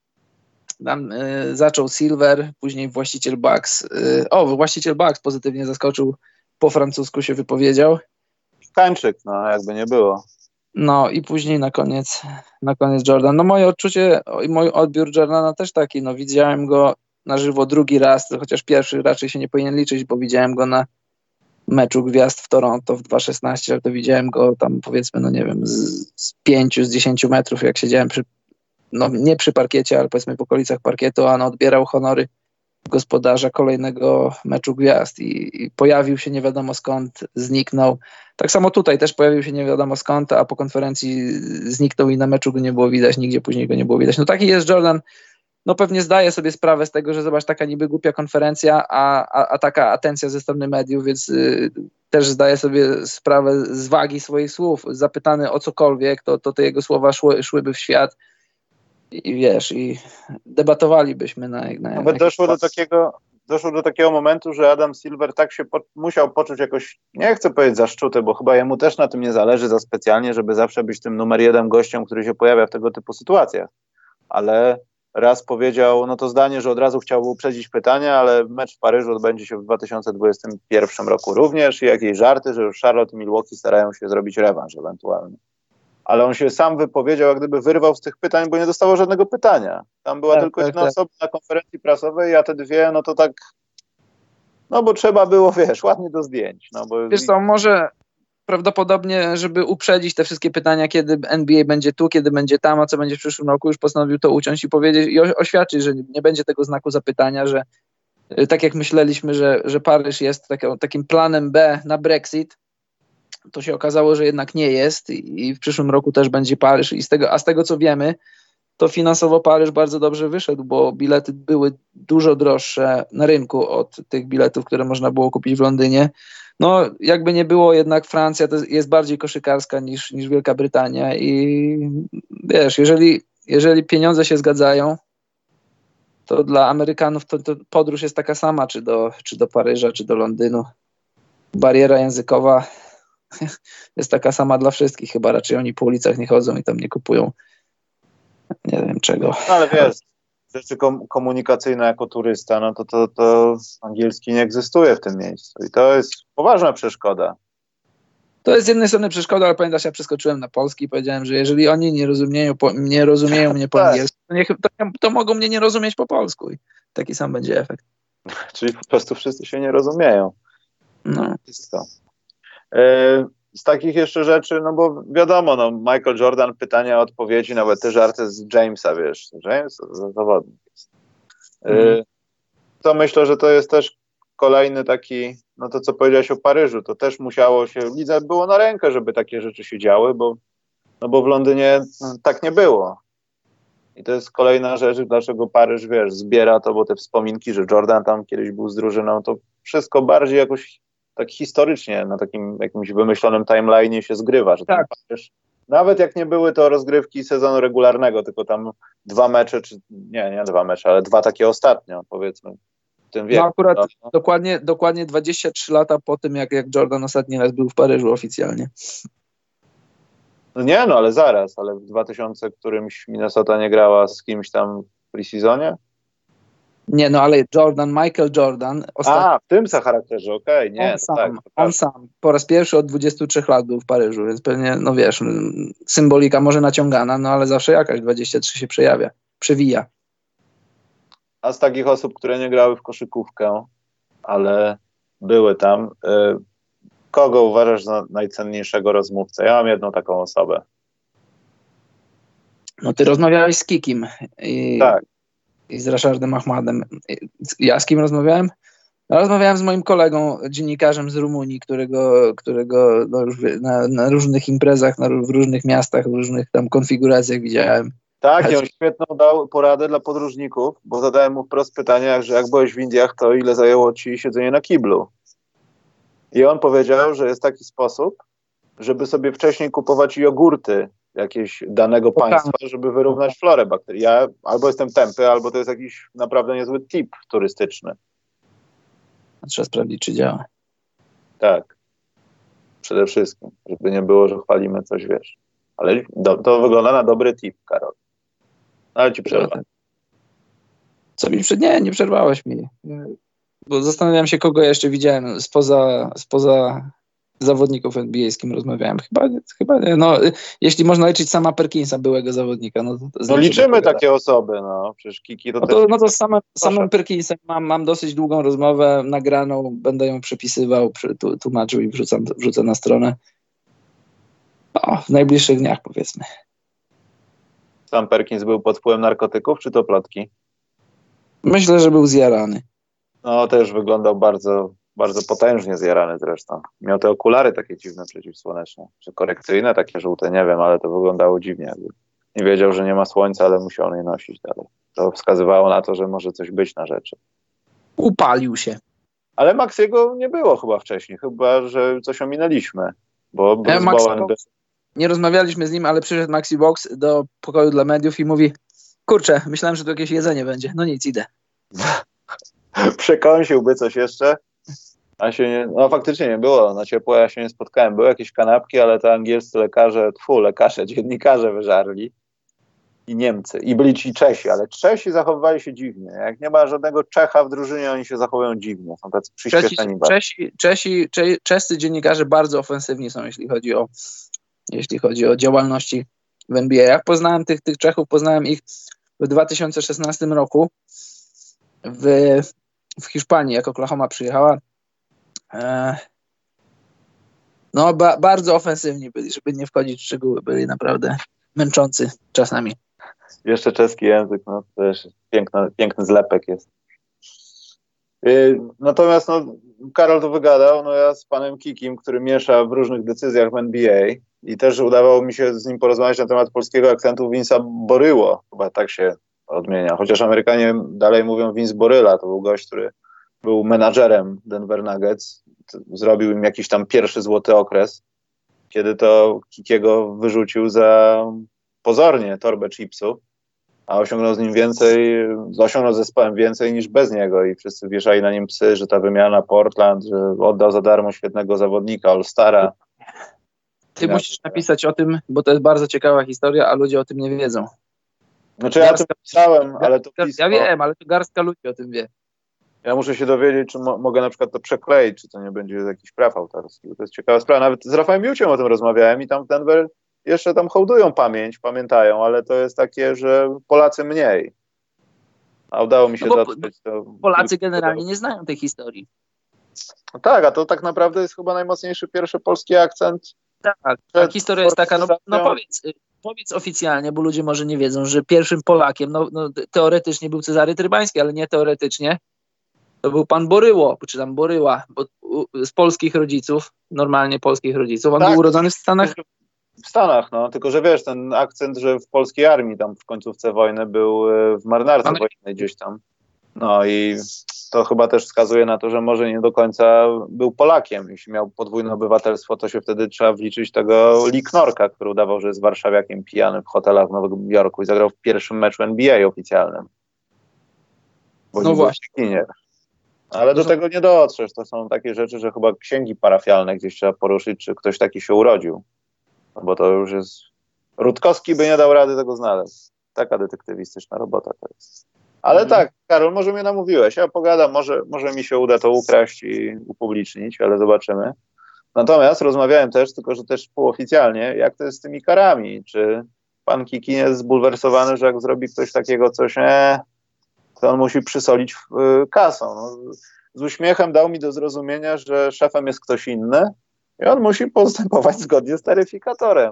tam y, zaczął Silver, później właściciel Bucks. Y, o, właściciel Bucks pozytywnie zaskoczył, po francusku się wypowiedział. Tańczyk, no jakby nie było. No i później na koniec, na koniec Jordan. No moje odczucie i mój odbiór Jordana też taki, no widziałem go na żywo drugi raz, chociaż pierwszy raczej się nie powinien liczyć, bo widziałem go na meczu Gwiazd w Toronto w dwa szesnaście, ale to widziałem go tam powiedzmy, no nie wiem, z, z pięciu, z dziesięciu metrów, jak siedziałem przy, no nie przy parkiecie, ale powiedzmy w okolicach parkietu, a on odbierał honory gospodarza kolejnego meczu Gwiazd i, i pojawił się nie wiadomo skąd, zniknął. Tak samo tutaj też pojawił się nie wiadomo skąd, a po konferencji zniknął i na meczu go nie było widać, nigdzie później go nie było widać. No taki jest Jordan, no pewnie zdaje sobie sprawę z tego, że zobacz, taka niby głupia konferencja, a, a, a taka atencja ze strony mediów, więc y, też zdaje sobie sprawę z wagi swoich słów. Zapytany o cokolwiek, to, to te jego słowa szły, szłyby w świat. I wiesz, i debatowalibyśmy na... na Nawet na doszło do takiego, doszło do takiego momentu, że Adam Silver tak się po, musiał poczuć jakoś, nie chcę powiedzieć zaszczuty, bo chyba jemu też na tym nie zależy za specjalnie, żeby zawsze być tym numer jeden gościem, który się pojawia w tego typu sytuacjach. Ale raz powiedział, no to zdanie, że od razu chciał uprzedzić pytanie, ale mecz w Paryżu odbędzie się w dwa tysiące dwudziestym pierwszym roku również i jakieś żarty, że już Charlotte i Milwaukee starają się zrobić rewanż ewentualnie. Ale on się sam wypowiedział, jak gdyby wyrwał z tych pytań, bo nie dostało żadnego pytania. Tam była tak, tylko tak, jedna tak. osoba na konferencji prasowej, a te dwie, no to tak, no bo trzeba było, wiesz, ładnie do zdjęć. No bo... Wiesz co, może prawdopodobnie, żeby uprzedzić te wszystkie pytania, kiedy N B A będzie tu, kiedy będzie tam, a co będzie w przyszłym roku, już postanowił to uciąć i powiedzieć i oświadczyć, że nie będzie tego znaku zapytania, że tak jak myśleliśmy, że, że Paryż jest taką, takim planem B na Brexit, to się okazało, że jednak nie jest i w przyszłym roku też będzie Paryż. I z tego, a z tego co wiemy, to finansowo Paryż bardzo dobrze wyszedł, bo bilety były dużo droższe na rynku od tych biletów, które można było kupić w Londynie. No jakby nie było, jednak Francja to jest bardziej koszykarska niż, niż Wielka Brytania i wiesz, jeżeli, jeżeli pieniądze się zgadzają, to dla Amerykanów to, to podróż jest taka sama, czy do, czy do Paryża, czy do Londynu. Bariera językowa jest taka sama dla wszystkich, chyba raczej oni po ulicach nie chodzą i tam nie kupują nie wiem czego. No ale wiesz, rzeczy kom- komunikacyjne jako turysta, no to, to, to angielski nie egzystuje w tym miejscu i to jest poważna przeszkoda. To jest z jednej strony przeszkoda, ale pamiętasz, ja przeskoczyłem na polski i powiedziałem, że jeżeli oni nie rozumieją, po, nie rozumieją mnie po angielsku, to, niech, to, to mogą mnie nie rozumieć po polsku i taki sam będzie efekt. Czyli po prostu wszyscy się nie rozumieją. No. Wszystko. E, z takich jeszcze rzeczy, no bo wiadomo, no Michael Jordan, pytania, odpowiedzi, nawet te żarty z Jamesa, wiesz, James zawodnik jest. E, mm. To myślę, że to jest też kolejny taki, no to co powiedziałeś o Paryżu, to też musiało się, lidze było na rękę, żeby takie rzeczy się działy, bo, no bo w Londynie no, tak nie było. I to jest kolejna rzecz, dlaczego Paryż, wiesz, zbiera to, bo te wspominki, że Jordan tam kiedyś był z drużyną, to wszystko bardziej jakoś tak historycznie na takim jakimś wymyślonym timeline'ie się zgrywa, że tak. patrzysz, nawet jak nie były to rozgrywki sezonu regularnego, tylko tam dwa mecze, czy nie, nie dwa mecze, ale dwa takie ostatnio, powiedzmy, w tym wieku. No akurat no. dokładnie, dokładnie dwadzieścia trzy lata po tym, jak, jak Jordan ostatni raz był w Paryżu oficjalnie. No nie, no ale zaraz, ale w dwa tysiące którymś Minnesota nie grała z kimś tam w preseasonie? Nie, no ale Jordan, Michael Jordan... Ostatni... A, w tym charakterze, okej, okay, nie. On sam, tak, on sam po raz pierwszy od dwudziestu trzech lat był w Paryżu, więc pewnie, no wiesz, symbolika może naciągana, no ale zawsze jakaś dwadzieścia trzy się przejawia, przewija. A z takich osób, które nie grały w koszykówkę, ale były tam, y, kogo uważasz za najcenniejszego rozmówcę? Ja mam jedną taką osobę. No ty rozmawiałeś z Kikim i, tak. i z Rashardem Ahmadem. Ja z kim rozmawiałem? Rozmawiałem z moim kolegą, dziennikarzem z Rumunii, którego, którego no już na, na różnych imprezach, na, w różnych miastach, w różnych tam konfiguracjach widziałem. Tak, i on świetną dał poradę dla podróżników, bo zadałem mu wprost pytanie, że jak byłeś w Indiach, to ile zajęło ci siedzenie na kiblu? I on powiedział, że jest taki sposób, żeby sobie wcześniej kupować jogurty jakieś danego państwa, żeby wyrównać florę bakterii. Ja albo jestem tępy, albo to jest jakiś naprawdę niezły tip turystyczny. Trzeba sprawdzić, czy działa. Tak. Przede wszystkim, żeby nie było, że chwalimy coś, wiesz. Ale do, to wygląda na dobry tip, Karol. Ale ci przerwę. Co mi przed... Nie, nie przerwałeś mi. Bo zastanawiam się, kogo jeszcze widziałem spoza, spoza zawodników N B A, z kim rozmawiałem. Chyba, chyba nie. No, jeśli można liczyć sama Perkinsa, byłego zawodnika. No, to, to no znaczy, liczymy takie osoby, no. Przecież Kiki to no też... to, no to z samym, samym Perkinsem mam, mam dosyć długą rozmowę nagraną, będę ją przepisywał, tłumaczył i wrzucam, wrzucę na stronę. O, w najbliższych dniach, powiedzmy. Sam Perkins był pod wpływem narkotyków, czy to plotki? Myślę, że był zjarany. No, też wyglądał bardzo, bardzo potężnie zjarany zresztą. Miał te okulary takie dziwne przeciwsłoneczne, czy korekcyjne, takie żółte, nie wiem, ale to wyglądało dziwnie. Jakby. Nie wiedział, że nie ma słońca, ale musiał je nosić dalej. To wskazywało na to, że może coś być na rzeczy. Upalił się. Ale Maxiego nie było chyba wcześniej, chyba, że coś ominęliśmy. Bo Bruce Maxi Bowen... Box, nie rozmawialiśmy z nim, ale przyszedł Maxi Box do pokoju dla mediów i mówi: kurczę, myślałem, że to jakieś jedzenie będzie. No nic, idę. Przekąsiłby coś jeszcze. A się nie, no faktycznie nie było, na ciepło ja się nie spotkałem. Były jakieś kanapki, ale to angielscy lekarze, tfu, lekarze, dziennikarze wyżarli. I Niemcy. I byli ci Czesi, ale Czesi zachowywali się dziwnie. Jak nie ma żadnego Czecha w drużynie, oni się zachowują dziwnie. Są tacy przyspieszeni. Czesi, Czesi, Czesi, czescy dziennikarze bardzo ofensywni są, jeśli chodzi o, jeśli chodzi o działalności w N B A. Jak poznałem tych, tych Czechów, poznałem ich w dwa tysiące szesnastym roku w, w Hiszpanii, jak Oklahoma przyjechała. E, no, ba, bardzo ofensywni byli, żeby nie wchodzić w szczegóły. Byli naprawdę męczący czasami. Jeszcze czeski język, no to też piękny, piękny zlepek jest. Yy, natomiast no, Karol to wygadał, no ja z panem Kikim, który miesza w różnych decyzjach w N B A i też udawało mi się z nim porozmawiać na temat polskiego akcentu Vince'a Boryło, chyba tak się odmienia, chociaż Amerykanie dalej mówią Vince Boryla, to był gość, który był menadżerem Denver Nuggets, zrobił im jakiś tam pierwszy złoty okres, kiedy to Kikiego wyrzucił za pozornie torbę chipsów, a osiągnął z nim więcej, osiągnął z zespołem więcej niż bez niego i wszyscy wieszali na nim psy, że ta wymiana Portland, że oddał za darmo świetnego zawodnika, All-Stara. Ty ja musisz napisać o tym, bo to jest bardzo ciekawa historia, a ludzie o tym nie wiedzą. Znaczy garstka, ja o tym pisałem, ale to pismo... Ja wiem, ale to garstka ludzi o tym wie. Ja muszę się dowiedzieć, czy mo- mogę na przykład to przekleić, czy to nie będzie jakiś praw autorskich. To jest ciekawa sprawa. Nawet z Rafałem Miuciem o tym rozmawiałem i tam w Denver jeszcze tam hołdują pamięć, pamiętają, ale to jest takie, że Polacy mniej. A udało mi się no dotrzeć do... Polacy generalnie nie znają tej historii. No tak, a to tak naprawdę jest chyba najmocniejszy pierwszy polski akcent. Tak, ta historia jest taka, no, no powiedz, powiedz oficjalnie, bo ludzie może nie wiedzą, że pierwszym Polakiem, no, no teoretycznie był Cezary Trybański, ale nie teoretycznie, to był pan Boryło, czy tam Boryła, bo, u, z polskich rodziców, normalnie polskich rodziców. On tak, był urodzony w Stanach. W Stanach, no, tylko że wiesz, ten akcent, że w polskiej armii tam w końcówce wojny był w marynarce wojennej gdzieś tam. No i to chyba też wskazuje na to, że może nie do końca był Polakiem. Jeśli miał podwójne obywatelstwo, to się wtedy trzeba wliczyć tego Lee Knorka, który udawał, że jest warszawiakiem pijanym w hotelach w Nowym Jorku i zagrał w pierwszym meczu N B A oficjalnym. Bo no właśnie. Nie. Ale do tego nie dotrzesz. To są takie rzeczy, że chyba księgi parafialne gdzieś trzeba poruszyć, czy ktoś taki się urodził. No bo to już jest... Rutkowski by nie dał rady tego znaleźć. Taka detektywistyczna robota to jest. Ale mhm. tak, Karol, może mnie namówiłeś. Ja pogadam, może, może mi się uda to ukraść i upublicznić, ale zobaczymy. Natomiast rozmawiałem też, tylko że też półoficjalnie, jak to jest z tymi karami. Czy pan Kikin jest zbulwersowany, że jak zrobi ktoś takiego coś, nie, to on musi przysolić y, kasą. No, z uśmiechem dał mi do zrozumienia, że szefem jest ktoś inny i on musi postępować zgodnie z taryfikatorem.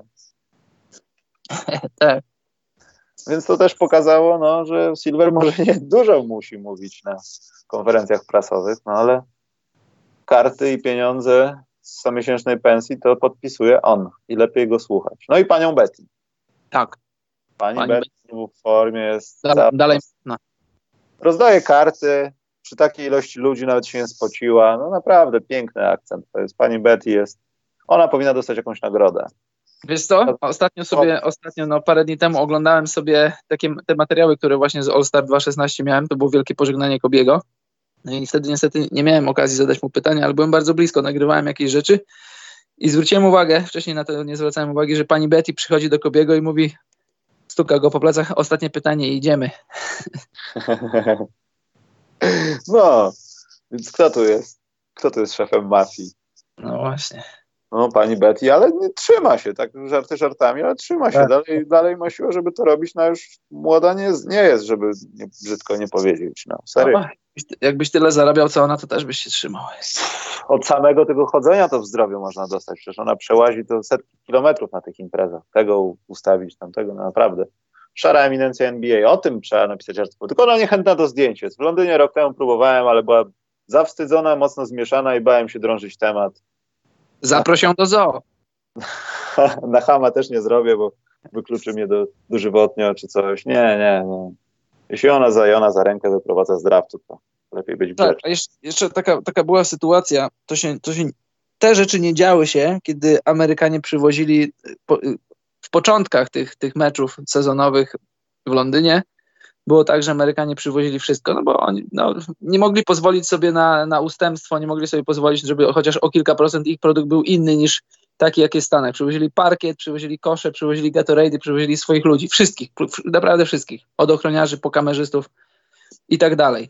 Tak. Więc to też pokazało, no, że Silver może nie dużo musi mówić na konferencjach prasowych, no ale karty i pieniądze z comiesięcznej pensji to podpisuje on i lepiej go słuchać. No i panią Betty. Tak. Pani, Pani Betty w formie jest... Dalej, dalej no. Rozdaje karty, przy takiej ilości ludzi nawet się nie spociła. No naprawdę piękny akcent to jest. Pani Betty jest... Ona powinna dostać jakąś nagrodę. Wiesz co, ostatnio sobie, ostatnio, no parę dni temu oglądałem sobie takie te materiały, które właśnie z All Star dwa tysiące szesnaście miałem, to było wielkie pożegnanie Kobiego. No i wtedy niestety nie miałem okazji zadać mu pytania, ale byłem bardzo blisko, nagrywałem jakieś rzeczy i zwróciłem uwagę, wcześniej na to nie zwracałem uwagi, że pani Betty przychodzi do Kobiego i mówi, stuka go po plecach, ostatnie pytanie i idziemy. No, więc kto tu jest? Kto tu jest szefem mafii? No właśnie. No, pani Betty, ale nie trzyma się, tak żarty żartami, ale trzyma się, tak. dalej, dalej ma siłę, żeby to robić, no już młoda nie, nie jest, żeby nie, brzydko nie powiedzieć, no, serio. No, jakbyś tyle zarabiał, co ona, to też byś się trzymał. Od samego tego chodzenia to w zdrowiu można dostać, przecież ona przełazi to setki kilometrów na tych imprezach, tego ustawić, tamtego, no naprawdę. Szara eminencja N B A, o tym trzeba napisać artykuł, tylko ona niechętna do zdjęć jest. W Londynie rok temu próbowałem, ale była zawstydzona, mocno zmieszana i bałem się drążyć temat. Zaproś ją do zoo. Na chama też nie zrobię, bo wykluczy mnie do, dożywotnio czy coś. Nie, nie, nie. Jeśli ona za, ona za rękę wyprowadza z draftu, to lepiej być grzeczny. Tak, a jeszcze, jeszcze taka, taka była sytuacja, to się, to się, te rzeczy nie działy się, kiedy Amerykanie przywozili po, w początkach tych, tych meczów sezonowych w Londynie. Było tak, że Amerykanie przywozili wszystko, no bo oni no, nie mogli pozwolić sobie na, na ustępstwo, nie mogli sobie pozwolić, żeby chociaż o kilka procent ich produkt był inny niż taki, jak jest w Stanach. Przywozili parkiet, przywozili kosze, przywozili Gatorade'y, przywozili swoich ludzi, wszystkich, naprawdę wszystkich, od ochroniarzy po kamerzystów i tak dalej.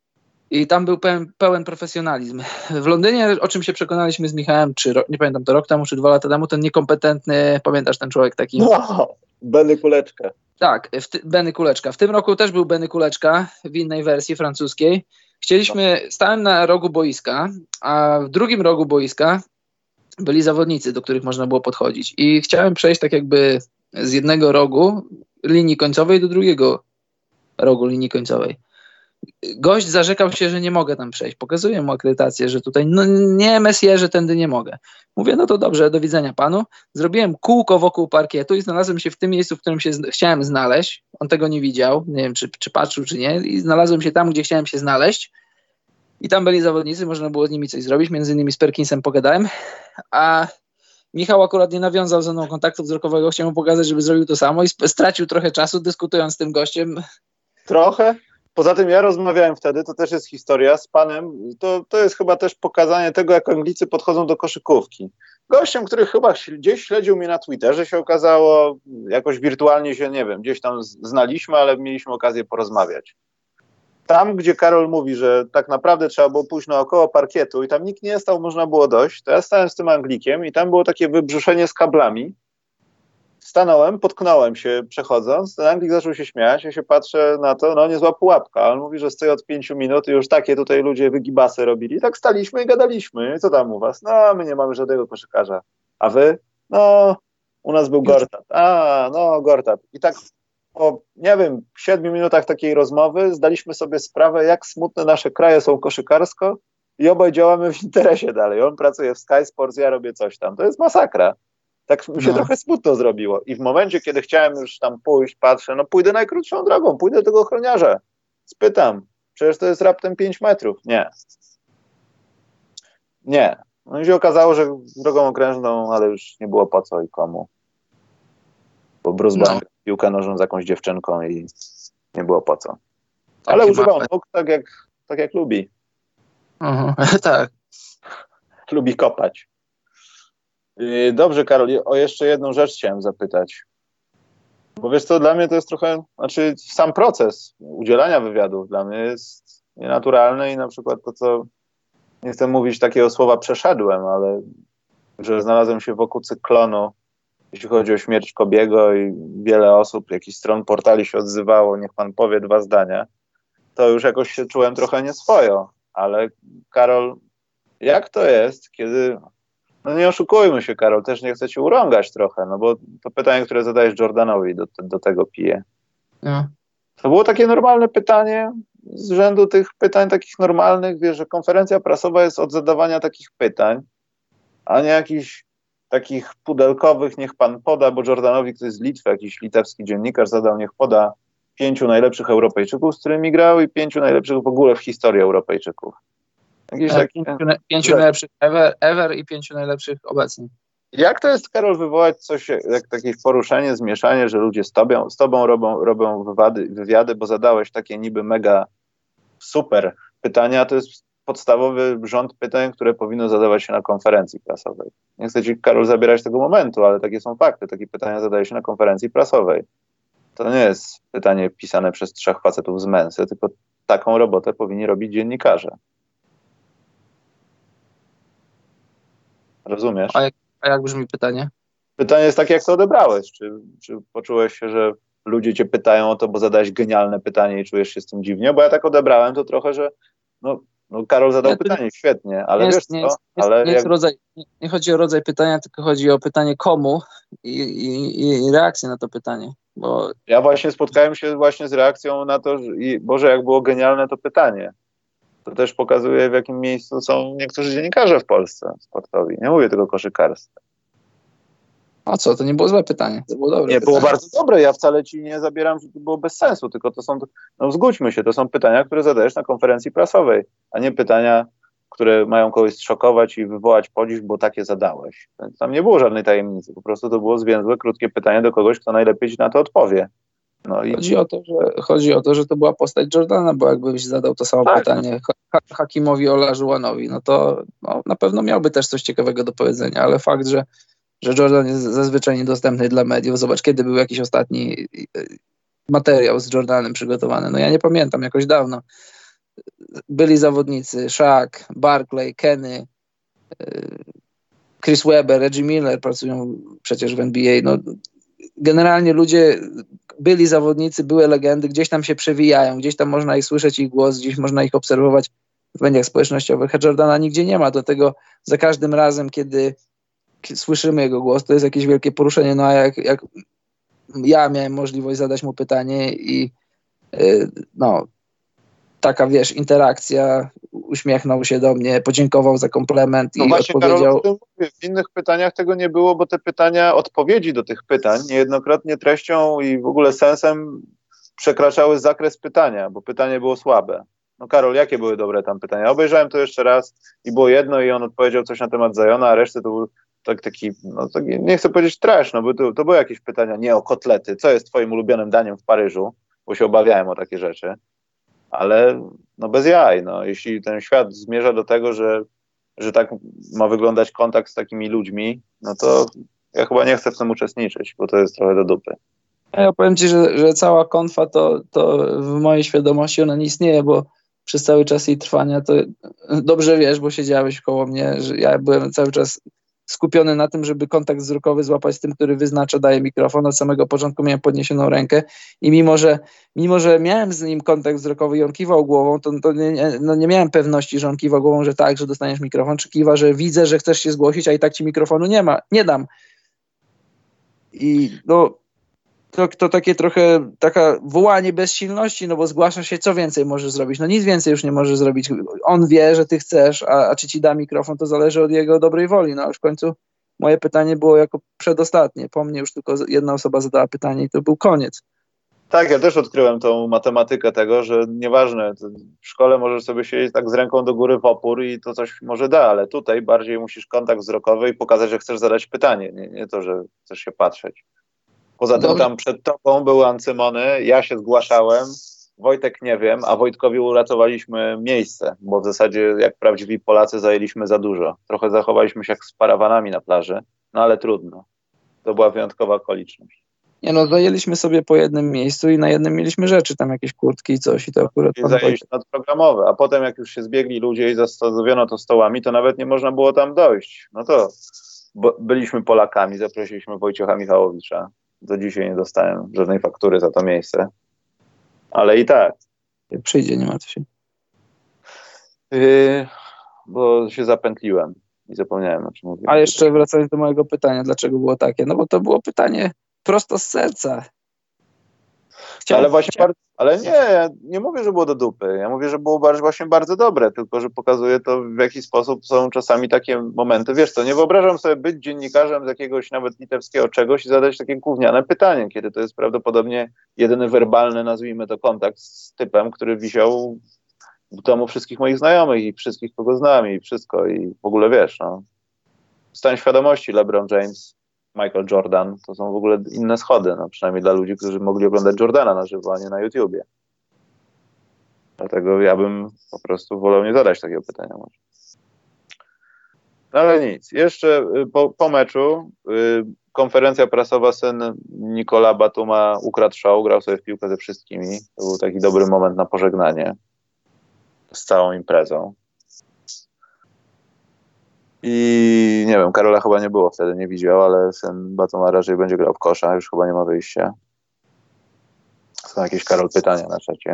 I tam był pełen, pełen profesjonalizm. W Londynie, o czym się przekonaliśmy z Michałem, czy ro, nie pamiętam, to rok temu, czy dwa lata temu, ten niekompetentny, pamiętasz ten człowiek taki? No, Benny Kuleczka. Tak, ty, Benny Kuleczka. W tym roku też był Benny Kuleczka w innej wersji francuskiej. Chcieliśmy, stałem na rogu boiska, a w drugim rogu boiska byli zawodnicy, do których można było podchodzić. I chciałem przejść tak jakby z jednego rogu linii końcowej do drugiego rogu linii końcowej. Gość zarzekał się, że nie mogę tam przejść. Pokazuję mu akredytację, że tutaj no nie, messie, że tędy nie mogę. Mówię, no to dobrze, do widzenia panu. Zrobiłem kółko wokół parkietu i znalazłem się w tym miejscu, w którym się z- chciałem znaleźć. On tego nie widział, nie wiem, czy, czy patrzył, czy nie. I znalazłem się tam, gdzie chciałem się znaleźć. I tam byli zawodnicy, można było z nimi coś zrobić. Między innymi z Perkinsem pogadałem. A Michał akurat nie nawiązał ze mną kontaktu wzrokowego. Chciałem mu pokazać, żeby zrobił to samo i sp- stracił trochę czasu, dyskutując z tym gościem. Trochę? Poza tym ja rozmawiałem wtedy, to też jest historia z panem, to, to jest chyba też pokazanie tego, jak Anglicy podchodzą do koszykówki. Gościem, który chyba gdzieś śledził mnie na Twitterze, się okazało, jakoś wirtualnie się, nie wiem, gdzieś tam znaliśmy, ale mieliśmy okazję porozmawiać. Tam, gdzie Karol mówi, że tak naprawdę trzeba było pójść naokoło parkietu i tam nikt nie stał, można było dojść, to ja stałem z tym Anglikiem i tam było takie wybrzuszenie z kablami. Stanąłem, potknąłem się przechodząc, ten Anglik zaczął się śmiać, ja się patrzę na to, no niezła pułapka, a on mówi, że stoi od pięciu minut i już takie tutaj ludzie wygibasy robili. I tak staliśmy i gadaliśmy. I co tam u was? No, my nie mamy żadnego koszykarza. A wy? No, u nas był Gortat. A, no, Gortat. I tak po, nie wiem, siedmiu minutach takiej rozmowy zdaliśmy sobie sprawę, jak smutne nasze kraje są koszykarsko i obaj działamy w interesie dalej. On pracuje w Sky Sports, ja robię coś tam. To jest masakra. Tak mi się no. trochę smutno zrobiło. I w momencie, kiedy chciałem już tam pójść, patrzę, no pójdę najkrótszą drogą, pójdę do tego ochroniarza. Spytam, Przecież to jest raptem pięć metrów. Nie. Nie. No i się okazało, że drogą okrężną, ale już nie było po co i komu. Bo Bruce No. Banner piłkę nożną z jakąś dziewczynką i nie było po co. Ale Taki używał ma- nóg tak jak, tak jak lubi. Mhm. Tak. Lubi kopać. Yy, Dobrze, Karol, o jeszcze jedną rzecz chciałem zapytać. Bo wiesz co, dla mnie to jest trochę, znaczy sam proces udzielania wywiadów dla mnie jest nienaturalny i na przykład to, co, nie chcę mówić takiego słowa przeszedłem, ale że znalazłem się wokół cyklonu, jeśli chodzi o śmierć Kobiego i wiele osób, jakichś stron portali się odzywało, niech pan powie dwa zdania, to już jakoś się czułem trochę nieswojo. Ale Karol, jak to jest, kiedy... No nie oszukujmy się, Karol, też nie chcę cię urągać trochę, no bo to pytanie, które zadajesz Jordanowi, do, do tego piję. No. To było takie normalne pytanie z rzędu tych pytań takich normalnych, wiesz, że konferencja prasowa jest od zadawania takich pytań, a nie jakichś takich pudelkowych, niech pan poda, bo Jordanowi, ktoś z Litwy, jakiś litewski dziennikarz zadał, niech poda pięciu najlepszych Europejczyków, z którymi grał i pięciu najlepszych w ogóle w historii Europejczyków. Jakieś E, takie... Pięciu, na- pięciu że- najlepszych ever, ever i pięciu najlepszych obecnie. Jak to jest, Karol, wywołać coś, jak jakieś poruszenie, zmieszanie, że ludzie z tobą, z tobą robią, robią wywiady, wywiady, bo zadałeś takie niby mega super pytania, to jest podstawowy rząd pytań, które powinno zadawać się na konferencji prasowej. Nie chcę ci, Karol, zabierać tego momentu, ale takie są fakty. Takie pytania zadaje się na konferencji prasowej. To nie jest pytanie pisane przez trzech facetów z Mensy, tylko taką robotę powinni robić dziennikarze. Rozumiesz? A jak, a jak brzmi pytanie? Pytanie jest takie, jak to odebrałeś? Czy, czy poczułeś się, że ludzie cię pytają o to, bo zadałeś genialne pytanie i czujesz się z tym dziwnie? Bo ja tak odebrałem to trochę, że no, no Karol zadał Nie, to pytanie, świetnie, ale nie wiesz jest, co? nie, jest, nie, ale jest, nie, jest jak, rodzaj, nie, nie chodzi o rodzaj pytania, tylko chodzi o pytanie komu i, i, i reakcję na to pytanie. Bo ja właśnie spotkałem się właśnie z reakcją na to, że, i Boże, jak było genialne to pytanie. To też pokazuje, w jakim miejscu są niektórzy dziennikarze w Polsce sportowi. Nie mówię tylko koszykarstwa. o co, to nie było złe pytanie, to było dobre Nie, pytanie. było bardzo dobre. Ja wcale ci nie zabieram, że to było bez sensu, tylko to są, no zgódźmy się, to są pytania, które zadajesz na konferencji prasowej, a nie pytania, które mają kogoś zszokować i wywołać podziw, bo takie zadałeś. Tam nie było żadnej tajemnicy, po prostu to było zwięzłe, krótkie pytanie do kogoś, kto najlepiej ci na to odpowie. No i Chodzi o to, że, chodzi o to, że to była postać Jordana, bo jakbyś zadał to samo Tak. pytanie ha Hakimowi Olajuwonowi, no to no, na pewno miałby też coś ciekawego do powiedzenia, ale fakt, że, że Jordan jest zazwyczaj niedostępny dla mediów, zobacz, kiedy był jakiś ostatni materiał z Jordanem przygotowany, no ja nie pamiętam, jakoś dawno. Byli zawodnicy, Shaq, Barkley, Kenny, Chris Webber, Reggie Miller pracują przecież w N B A, no generalnie ludzie, byli zawodnicy, były legendy, gdzieś tam się przewijają, gdzieś tam można ich słyszeć, ich głos, gdzieś można ich obserwować w mediach społecznościowych, a Jordana nigdzie nie ma, do tego za każdym razem, kiedy słyszymy jego głos, to jest jakieś wielkie poruszenie, no a jak, jak ja miałem możliwość zadać mu pytanie i yy, no taka, wiesz, interakcja, uśmiechnął się do mnie, podziękował za komplement i no właśnie, odpowiedział... Karol, o tym mówię. W innych pytaniach tego nie było, bo te pytania, odpowiedzi do tych pytań niejednokrotnie treścią i w ogóle sensem przekraczały zakres pytania, bo pytanie było słabe. No Karol, jakie były dobre tam pytania? Obejrzałem to jeszcze raz i było jedno i on odpowiedział coś na temat Zajona, a resztę to był tak, taki, no taki, nie chcę powiedzieć trash, no bo to, to były jakieś pytania, nie o kotlety, co jest twoim ulubionym daniem w Paryżu, bo się obawiałem o takie rzeczy. Ale no bez jaj, no, jeśli ten świat zmierza do tego, że, że tak ma wyglądać kontakt z takimi ludźmi, no to ja chyba nie chcę w tym uczestniczyć, bo to jest trochę do dupy. Ja powiem ci, że, że cała konfa to, to w mojej świadomości ona nie istnieje, bo przez cały czas jej trwania to dobrze wiesz, bo siedziałeś koło mnie, że ja byłem cały czas skupiony na tym, żeby kontakt wzrokowy złapać z tym, który wyznacza, daje mikrofon. Od samego początku miałem podniesioną rękę i mimo, że mimo, że miałem z nim kontakt wzrokowy i on kiwał głową, to, to nie, no nie miałem pewności, że on kiwa głową, że tak, że dostaniesz mikrofon, czy kiwa, że widzę, że chcesz się zgłosić, a i tak ci mikrofonu nie ma, nie dam. I no to, to takie trochę taka wołanie bezsilności, no bo zgłasza się, co więcej możesz zrobić? No nic więcej już nie możesz zrobić. On wie, że ty chcesz, a, a czy ci da mikrofon, to zależy od jego dobrej woli. No już w końcu moje pytanie było jako przedostatnie. Po mnie już tylko jedna osoba zadała pytanie i to był koniec. Tak, ja też odkryłem tą matematykę tego, że nieważne, w szkole możesz sobie siedzieć tak z ręką do góry w opór i to coś może da, ale tutaj bardziej musisz kontakt wzrokowy i pokazać, że chcesz zadać pytanie, nie, nie to, że chcesz się patrzeć. Poza tym Dobrze. tam przed tobą były ancymony, ja się zgłaszałem, Wojtek nie wiem, a Wojtkowi uratowaliśmy miejsce, bo w zasadzie jak prawdziwi Polacy zajęliśmy za dużo. Trochę zachowaliśmy się jak z parawanami na plaży, no ale trudno. To była wyjątkowa okoliczność. Nie no, zajęliśmy sobie po jednym miejscu i na jednym mieliśmy rzeczy, tam jakieś kurtki i coś i to akurat I pan zajęliśmy Wojtek. nadprogramowe, a potem jak już się zbiegli ludzie i zastosowano to stołami, to nawet nie można było tam dojść. No to bo byliśmy Polakami, zaprosiliśmy Wojciecha Michałowicza. Do dzisiaj nie dostałem żadnej faktury za to miejsce. Ale i tak. Przyjdzie, nie martw się. Yy, bo się zapętliłem i zapomniałem, o czym mówiłem. A jeszcze wracając do mojego pytania, dlaczego było takie? No bo to było pytanie prosto z serca. Chciałem, ale właśnie, chciałem... bardzo, ale nie, ja nie mówię, że było do dupy. Ja mówię, że było bardzo, właśnie bardzo dobre, tylko że pokazuje to, w jaki sposób są czasami takie momenty. Wiesz co, nie wyobrażam sobie być dziennikarzem z jakiegoś nawet litewskiego czegoś i zadać takie gówniane pytanie, kiedy to jest prawdopodobnie jedyny werbalny, nazwijmy to, kontakt z typem, który wisiał w domu wszystkich moich znajomych i wszystkich, kogo znam i wszystko i w ogóle wiesz, no. Stan świadomości LeBron James, Michael Jordan, to są w ogóle inne schody, no, przynajmniej dla ludzi, którzy mogli oglądać Jordana na żywo, a nie na YouTubie. Dlatego ja bym po prostu wolał nie zadać takiego pytania może. No ale nic. Jeszcze po, po meczu y, konferencja prasowa, syn Nikola Batuma ukradł show, grał sobie w piłkę ze wszystkimi. To był taki dobry moment na pożegnanie z całą imprezą. I nie wiem, Karola chyba nie było wtedy, nie widział, ale syn Batuma raczej będzie grał w kosza, już chyba nie ma wyjścia. Są jakieś, Karol, pytania na czacie.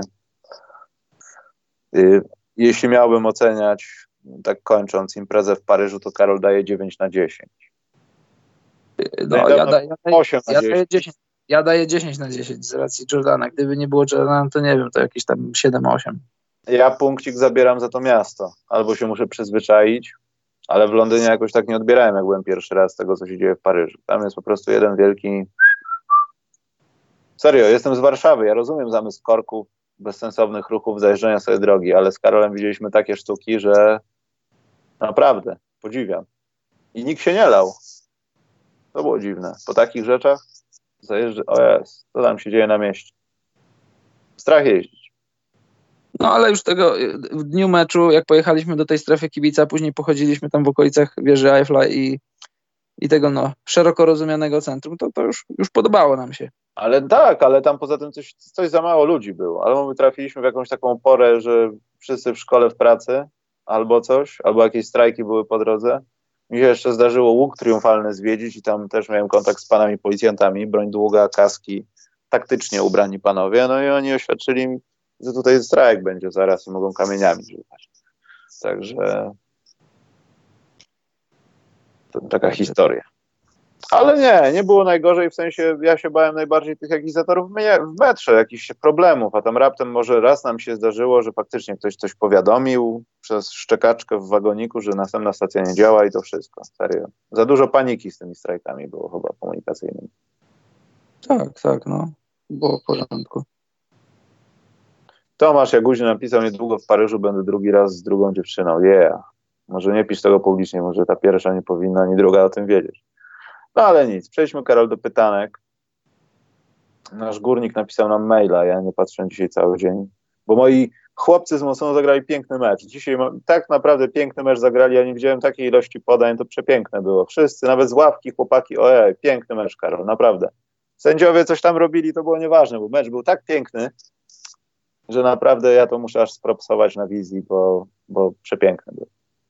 Jeśli miałbym oceniać, tak kończąc, imprezę w Paryżu, to Karol daje dziewięć na dziesięć. No, ja, da, ja, daję, osiem na ja, dziesięć. daję dziesięć, ja daję dziesięć na dziesięć z racji Jordana. Gdyby nie było Jordana, to nie wiem, to jakieś tam siedem osiem. Ja punkcik zabieram za to miasto. Albo się muszę przyzwyczaić, ale w Londynie jakoś tak nie odbierałem, jak byłem pierwszy raz tego, co się dzieje w Paryżu. Tam jest po prostu jeden wielki... Serio, jestem z Warszawy, ja rozumiem zamysł korków, bezsensownych ruchów, zajeżdżania sobie drogi, ale z Karolem widzieliśmy takie sztuki, że naprawdę podziwiam. I nikt się nie lał. To było dziwne. Po takich rzeczach zajeżdża... O jest, co tam się dzieje na mieście? Strach jeździć. No ale już tego w dniu meczu, jak pojechaliśmy do tej strefy kibica, później pochodziliśmy tam w okolicach wieży Eiffla i, i tego no szeroko rozumianego centrum, to, to już, już podobało nam się. Ale tak, ale tam poza tym coś, coś za mało ludzi było. Albo my trafiliśmy w jakąś taką porę, że wszyscy w szkole w pracy, albo coś, albo jakieś strajki były po drodze. Mi się jeszcze zdarzyło łuk triumfalny zwiedzić i tam też miałem kontakt z panami policjantami, broń długa, kaski, taktycznie ubrani panowie, no i oni oświadczyli mi, że tutaj strajk będzie zaraz i mogą kamieniami rzucać. Także to taka historia. Ale nie, nie było najgorzej, w sensie ja się bałem najbardziej tych jakizatorów w metrze, jakichś problemów, a tam raptem może raz nam się zdarzyło, że faktycznie ktoś coś powiadomił przez szczekaczkę w wagoniku, że następna stacja nie działa i to wszystko, serio. Za dużo paniki z tymi strajkami było chyba komunikacyjnymi. Tak, tak, no, było w porządku. Tomasz Jaguzi napisał, niedługo w Paryżu będę drugi raz z drugą dziewczyną. Yeah. Może nie pisz tego publicznie, może ta pierwsza nie powinna, ani druga o tym wiedzieć. No ale nic, przejdźmy, Karol, do pytanek. Nasz górnik napisał nam maila, ja nie patrzę dzisiaj cały dzień, bo moi chłopcy z Mosonu zagrali piękny mecz. Dzisiaj tak naprawdę piękny mecz zagrali, ja nie widziałem takiej ilości podań, to przepiękne było. Wszyscy, nawet z ławki, chłopaki, ojej, piękny mecz, Karol, naprawdę. Sędziowie coś tam robili, to było nieważne, bo mecz był tak piękny, że naprawdę ja to muszę aż spropsować na wizji, bo, bo przepiękny był.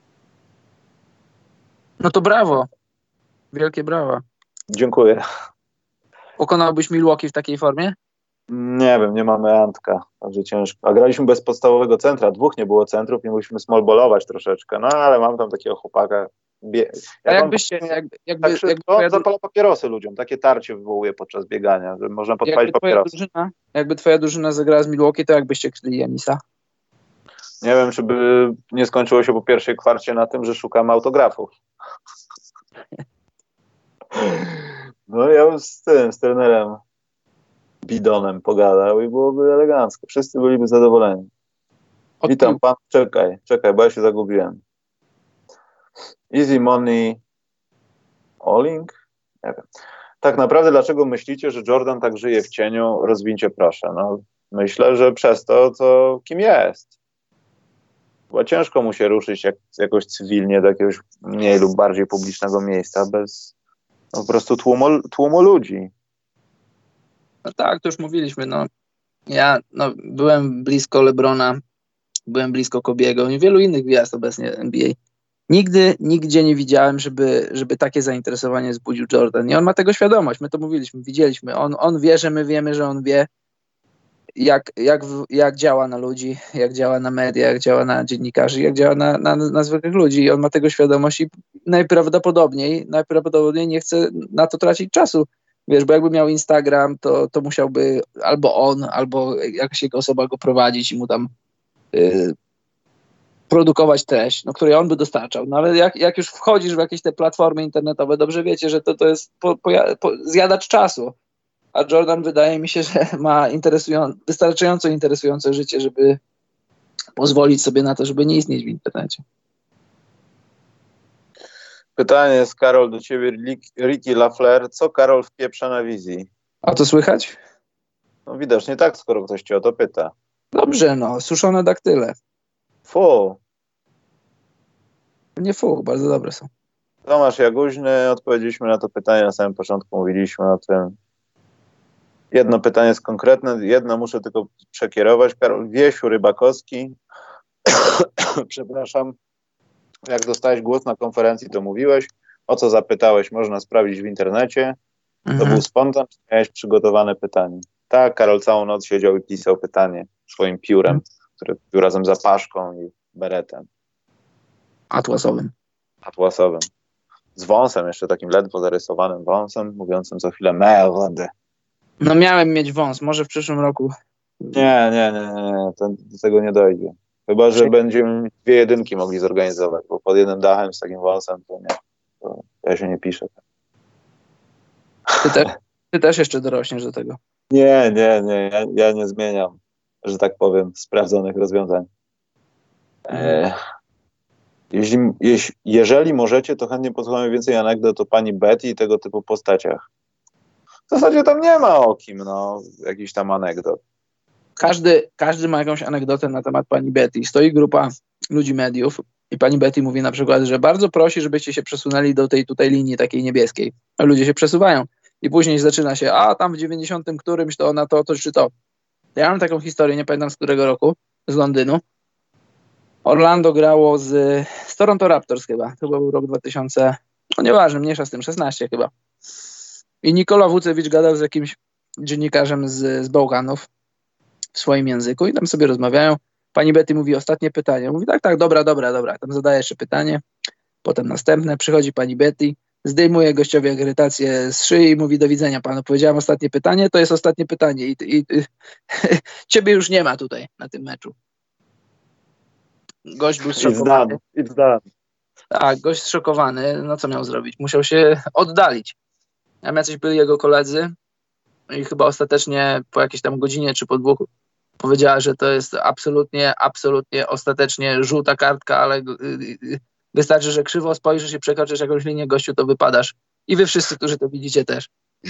No to brawo. Wielkie brawa. Dziękuję. Pokonałbyś Milwaukee w takiej formie? Nie wiem, nie mamy Antka, także ciężko. A graliśmy bez podstawowego centra, dwóch nie było centrów i musieliśmy smallballować troszeczkę, no ale mam tam takiego chłopaka. Bie... A jakbyście... Jakby, jakby, tak jakby on twoja, zapala papierosy ludziom, takie tarcie wywołuje podczas biegania, że można podpalić jakby twoja papierosy. drużyna, jakby twoja drużyna zagrała z Milwaukee, to jakbyście kryli Janisa? Nie wiem, czy by nie skończyło się po pierwszej kwarcie na tym, że szukamy autografów. No ja z tym, z trenerem bidonem pogadał i byłoby elegancko. Wszyscy byliby zadowoleni. Witam pan, czekaj, czekaj, bo ja się zagubiłem. Easy money Alling? Nie wiem. Tak naprawdę dlaczego myślicie, że Jordan tak żyje w cieniu? Rozwincie proszę. No, myślę, że przez to, co, kim jest. Bo ciężko mu się ruszyć jak, jakoś cywilnie do jakiegoś mniej lub bardziej publicznego miejsca bez no, po prostu tłumu, tłumu ludzi. No tak, to już mówiliśmy. No. Ja no, byłem blisko LeBrona, byłem blisko Kobiego i wielu innych gwiazd obecnie N B A. Nigdy, nigdzie nie widziałem, żeby, żeby takie zainteresowanie wzbudził Jordan. I on ma tego świadomość. My to mówiliśmy, widzieliśmy. On, on wie, że my wiemy, że on wie, jak, jak, jak działa na ludzi, jak działa na media, jak działa na dziennikarzy, jak działa na, na, na zwykłych ludzi. I on ma tego świadomość i najprawdopodobniej, najprawdopodobniej nie chce na to tracić czasu. Wiesz, bo jakby miał Instagram, to, to musiałby albo on, albo jakaś jego osoba go prowadzić i mu tam yy, produkować treść, no, której on by dostarczał. No ale jak, jak już wchodzisz w jakieś te platformy internetowe, dobrze wiecie, że to, to jest po, po, po, zjadacz czasu. A Jordan wydaje mi się, że ma interesują, wystarczająco interesujące życie, żeby pozwolić sobie na to, żeby nie istnieć w internecie. Pytanie jest, Karol, do ciebie, Ricky Lafleur. Co Karol wpieprza na wizji? A to słychać? No widocznie tak, skoro ktoś cię o to pyta. Dobrze, no, suszone daktyle. Fu. Nie fu, bardzo dobre są. Tomasz Jaguźny, odpowiedzieliśmy na to pytanie na samym początku, mówiliśmy o tym. Jedno pytanie jest konkretne, jedno muszę tylko przekierować. Karol Wiesiu Rybakowski, przepraszam, jak dostałeś głos na konferencji, to mówiłeś. O co zapytałeś, można sprawdzić w internecie. Mhm. To był spontan, czy miałeś przygotowane pytanie? Tak, Karol całą noc siedział i pisał pytanie swoim piórem, mhm. który był razem z zapaszką i beretem. Atłasowym. Atłasowym. Z wąsem, jeszcze takim ledwo zarysowanym wąsem, mówiącym co chwilę merde. No miałem mieć wąs, może w przyszłym roku. Nie, nie, nie, nie, to, do tego nie dojdzie. Chyba, że będziemy dwie jedynki mogli zorganizować, bo pod jednym dachem z takim wąsem to nie, to ja się nie piszę. Ty też, ty też jeszcze dorośniesz do tego. Nie, nie, nie, ja, ja nie zmieniam, że tak powiem, sprawdzonych rozwiązań. E, jeśli, jeśli, jeżeli możecie, to chętnie posłuchamy więcej anegdot o pani Betty i tego typu postaciach. W zasadzie tam nie ma o kim, no, jakichś tam anegdot. Każdy, każdy ma jakąś anegdotę na temat pani Betty. Stoi grupa ludzi mediów i pani Betty mówi na przykład, że bardzo prosi, żebyście się przesunęli do tej tutaj linii takiej niebieskiej. A ludzie się przesuwają. I później zaczyna się, a tam w dziewięćdziesiątym którymś to ona to, to czy to. Ja mam taką historię, nie pamiętam z którego roku, z Londynu. Orlando grało z, z Toronto Raptors chyba. To był rok dwa tysiące, no nieważne, mniejsza z tym, szesnaście chyba. I Nikola Wucewicz gadał z jakimś dziennikarzem z, z Bałkanów w swoim języku i tam sobie rozmawiają. Pani Betty mówi ostatnie pytanie. Mówi tak, tak, dobra, dobra, dobra. Tam zadaje jeszcze pytanie, potem następne. Przychodzi pani Betty, zdejmuje gościowi akredytację z szyi i mówi do widzenia panu. Powiedziałam ostatnie pytanie, to jest ostatnie pytanie i, i, i ciebie już nie ma tutaj na tym meczu. Gość był zszokowany. It's done. Tak, gość zszokowany. No co miał zrobić? Musiał się oddalić. A jacyś byli jego koledzy i chyba ostatecznie po jakiejś tam godzinie czy po dwóch powiedziała, że to jest absolutnie, absolutnie ostatecznie żółta kartka, ale wystarczy, że krzywo spojrzysz i przekroczysz jakąś linię, gościu, to wypadasz. I wy wszyscy, którzy to widzicie też.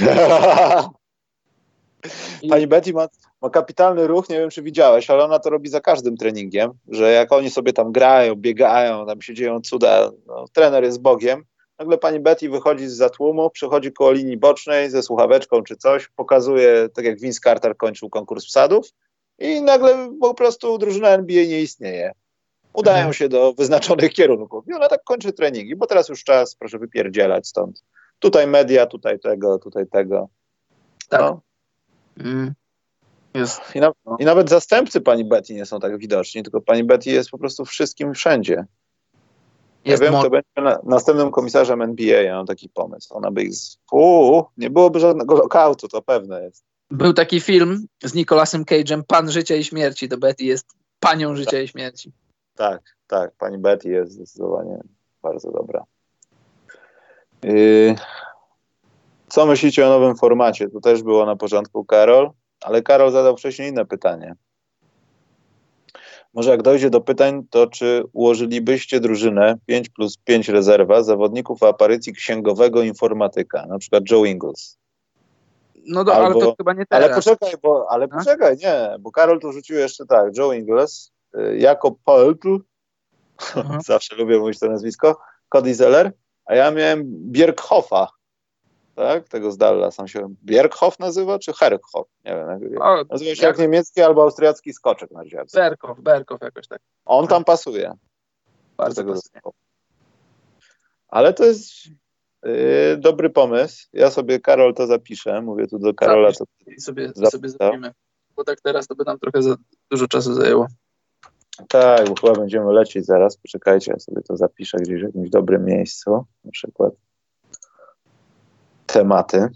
Pani Betty ma, ma kapitalny ruch, nie wiem czy widziałeś, ale ona to robi za każdym treningiem, że jak oni sobie tam grają, biegają, tam się dzieją cuda, no, trener jest Bogiem, nagle pani Betty wychodzi zza tłumu, przychodzi koło linii bocznej ze słuchaweczką czy coś, pokazuje, tak jak Vince Carter kończył konkurs wsadów i nagle po prostu drużyna N B A nie istnieje. Udają mhm. się do wyznaczonych kierunków i ona tak kończy treningi, bo teraz już czas, proszę wypierdzielać stąd. Tutaj media, tutaj tego, tutaj tego. Tak. No. Mm. Jest. I, na, I nawet zastępcy pani Betty nie są tak widoczni, tylko pani Betty jest po prostu wszystkim wszędzie. Ja wiem, kto będzie na, następnym komisarzem N B A, ja mam taki pomysł. Ona by ich z... Uuu, nie byłoby żadnego lokautu, to pewne jest. Był taki film z Nicolasem Cage'em, Pan Życia i Śmierci. To Betty jest panią życia tak. i śmierci. Tak, tak. Pani Betty jest zdecydowanie bardzo dobra. Yy... Co myślicie o nowym formacie? To też było na porządku, Karol. Ale Karol zadał wcześniej inne pytanie. Może jak dojdzie do pytań, to czy ułożylibyście drużynę pięć plus pięć rezerwa zawodników o aparycji księgowego informatyka, na przykład Joe Ingles? No do, Albo, ale to chyba nie teraz. Ale poczekaj, bo, ale A? poczekaj, nie, bo Karol tu rzucił jeszcze tak, Joe Ingles, y, Jakob Poeltl, Mhm. zawsze lubię mówić to nazwisko, Cody Zeller, a ja miałem Bierkhoffa, tak, tego z Dallas, sam się Bierkhoff nazywa, czy Herkhoff, nie wiem, jak, O, nazywa się jak niemiecki albo austriacki skoczek narciarski. Berkow, Berkow jakoś tak. On tam pasuje. Bardzo tego pasuje. zespołu. Ale to jest yy, dobry pomysł. Ja sobie, Karol, to zapiszę. Mówię tu do Karola. To I sobie, zapisał. sobie zrobimy. Bo tak teraz to by nam trochę za dużo czasu zajęło. Tak, bo chyba będziemy lecieć zaraz. Poczekajcie, ja sobie to zapiszę gdzieś w jakimś dobrym miejscu. Na przykład tematy.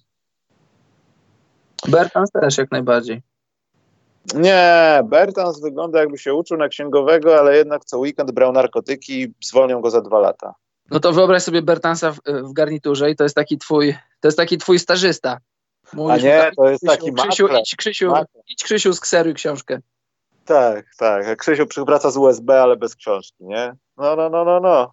Bertans też jak najbardziej. Nie, Bertans wygląda jakby się uczył na księgowego, ale jednak co weekend brał narkotyki i zwolnią go za dwa lata. No to wyobraź sobie Bertansa w, w garniturze i to jest taki twój, to jest taki twój stażysta. Mówisz A nie, mu tak, to jest Krzysiu, taki Krzysiu, makler. idź Krzysiu, Makler. idź Krzysiu, skseruj książkę. Tak, tak. Jak Krzysiu przywraca z U S B, ale bez książki, nie? No, no, no, no, no.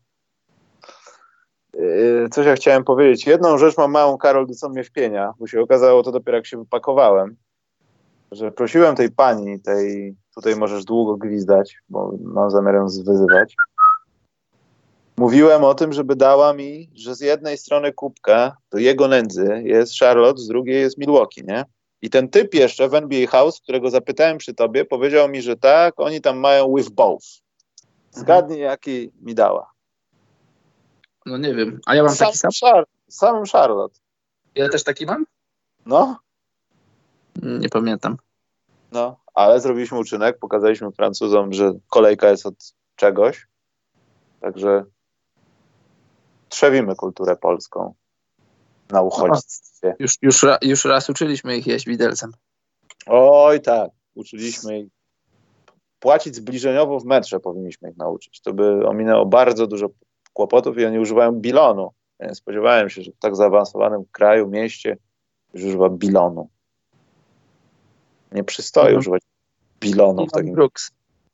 Yy, coś ja chciałem powiedzieć. Jedną rzecz mam małą, Karol, co mnie wpienia, bo się okazało to dopiero jak się wypakowałem, że prosiłem tej pani, tej, tutaj możesz długo gwizdać, bo mam zamiar ją wyzywać. Mówiłem o tym, żeby dała mi, że z jednej strony kubka do jego nędzy jest Charlotte, z drugiej jest Milwaukee, nie? I ten typ jeszcze w N B A House, którego zapytałem przy tobie, powiedział mi, że tak, oni tam mają with both. Zgadnij, jaki mi dała. No nie wiem, a ja mam Sam taki sam? Char- samym Charlotte. Ja też taki mam? No, Nie pamiętam. no, ale zrobiliśmy uczynek, pokazaliśmy Francuzom, że kolejka jest od czegoś. Także trzewimy kulturę polską na uchodźstwie. Już, już, ra, już raz uczyliśmy ich jeść widelcem. Oj tak, uczyliśmy ich. Płacić zbliżeniowo w metrze powinniśmy ich nauczyć. To by ominęło bardzo dużo kłopotów i oni używają bilonu. Ja nie spodziewałem się, że w tak zaawansowanym kraju, mieście już używa bilonu. Nie przystoi Mhm. używać bilonu w Ivan takim... Brooks.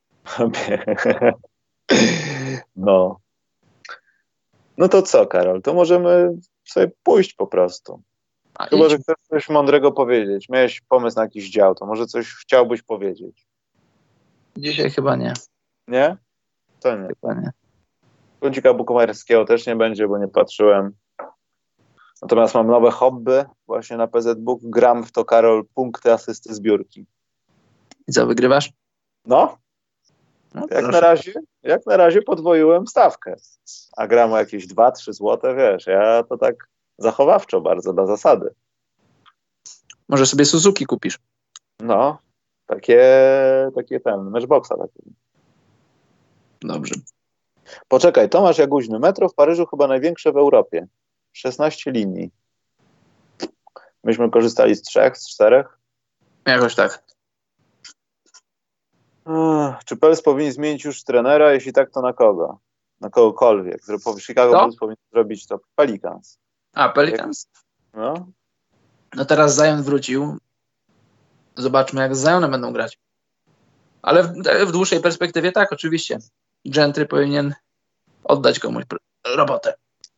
No. No to co, Karol? To możemy sobie pójść po prostu. A Chyba, idź. że chcesz coś mądrego powiedzieć. Miałeś pomysł na jakiś dział, to może coś chciałbyś powiedzieć. Dzisiaj chyba nie. Nie? To nie. Chyba nie. Kącika bukmacherskiego też nie będzie, bo nie patrzyłem. Natomiast mam nowe hobby właśnie na P Z Book. Gram w to, Karol, punkty, asysty, zbiórki. I co, wygrywasz? No, No, jak proszę. na razie, jak na razie podwoiłem stawkę. A gram o jakieś dwa trzy złote, wiesz, ja to tak zachowawczo bardzo, dla zasady. Może sobie Suzuki kupisz. No, takie, takie ten, matchboxa taki. Dobrze. Poczekaj, Tomasz Jaguźny. Metro w Paryżu chyba największe w Europie. szesnaście linii. Myśmy korzystali z trzech, z czterech. Jakoś tak. Ech, czy Pels powinien zmienić już trenera? Jeśli tak, to na kogo? Na kogokolwiek. Zro- Chicago Kto? Bulls powinien zrobić to. Pelicans. A, Pelicans? No. No teraz Zion wrócił. Zobaczmy, jak z Zionem będą grać. Ale w, w dłuższej perspektywie tak, oczywiście. Gentry powinien oddać komuś pr- robotę.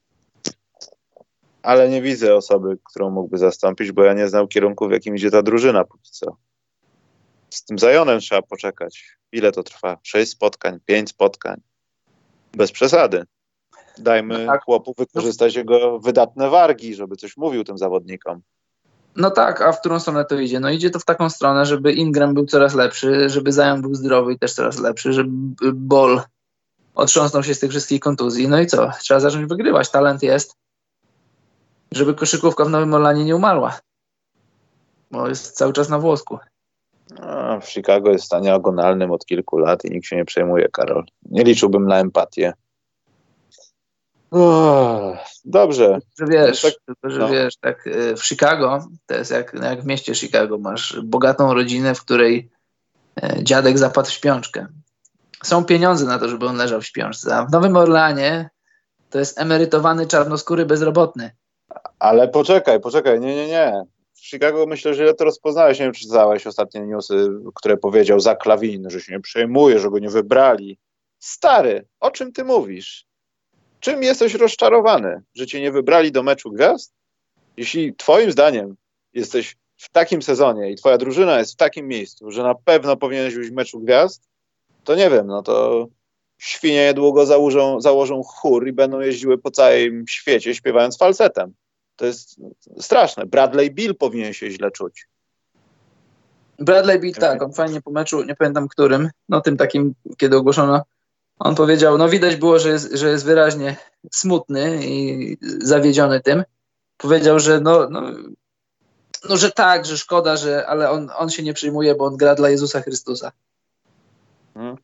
Ale nie widzę osoby, którą mógłby zastąpić, bo ja nie znam kierunku, w jakim idzie ta drużyna póki co. Z tym Zionem trzeba poczekać. Ile to trwa? Sześć spotkań, pięć spotkań. Bez przesady. Dajmy No tak. chłopu wykorzystać jego wydatne wargi, żeby coś mówił tym zawodnikom. No tak, a w którą stronę to idzie? No idzie to w taką stronę, żeby Ingram był coraz lepszy, żeby Zion był zdrowy i też coraz lepszy, żeby Ball otrząsnął się z tych wszystkich kontuzji. No i co? Trzeba zacząć wygrywać. Talent jest. Żeby koszykówka w Nowym Orlanie nie umarła. Bo jest cały czas na włosku. A, w Chicago jest w stanie agonalnym od kilku lat i nikt się nie przejmuje, Karol. Nie liczyłbym na empatię. Uff, dobrze. Że wiesz, Tak, tylko, że no. wiesz, tak y, w Chicago, to jest jak, jak w mieście Chicago, masz bogatą rodzinę, w której y, dziadek zapadł w śpiączkę. Są pieniądze na to, żeby on leżał w śpiączce. A w Nowym Orlanie to jest emerytowany czarnoskóry bezrobotny. Ale poczekaj, poczekaj, nie, nie, nie. W w Chicago, myślę, że to rozpoznałeś, nie wiem, czy czytałeś ostatnie newsy, które powiedział Zach Lavine, że się nie przejmuje, że go nie wybrali. Stary, o czym ty mówisz? Czym jesteś rozczarowany, że cię nie wybrali do meczu gwiazd? Jeśli twoim zdaniem jesteś w takim sezonie i twoja drużyna jest w takim miejscu, że na pewno powinieneś być w meczu gwiazd, to nie wiem, no to świnie niedługo założą, założą chór i będą jeździły po całym świecie śpiewając falsetem. To jest straszne. Bradley Beal powinien się źle czuć. Bradley Beal, tak, on fajnie po meczu, nie pamiętam którym, no tym takim, kiedy ogłoszono, on powiedział, no widać było, że jest, że jest wyraźnie smutny i zawiedziony tym. Powiedział, że no, no, no że tak, że szkoda, że, ale on, on się nie przyjmuje, bo on gra dla Jezusa Chrystusa. Hmm.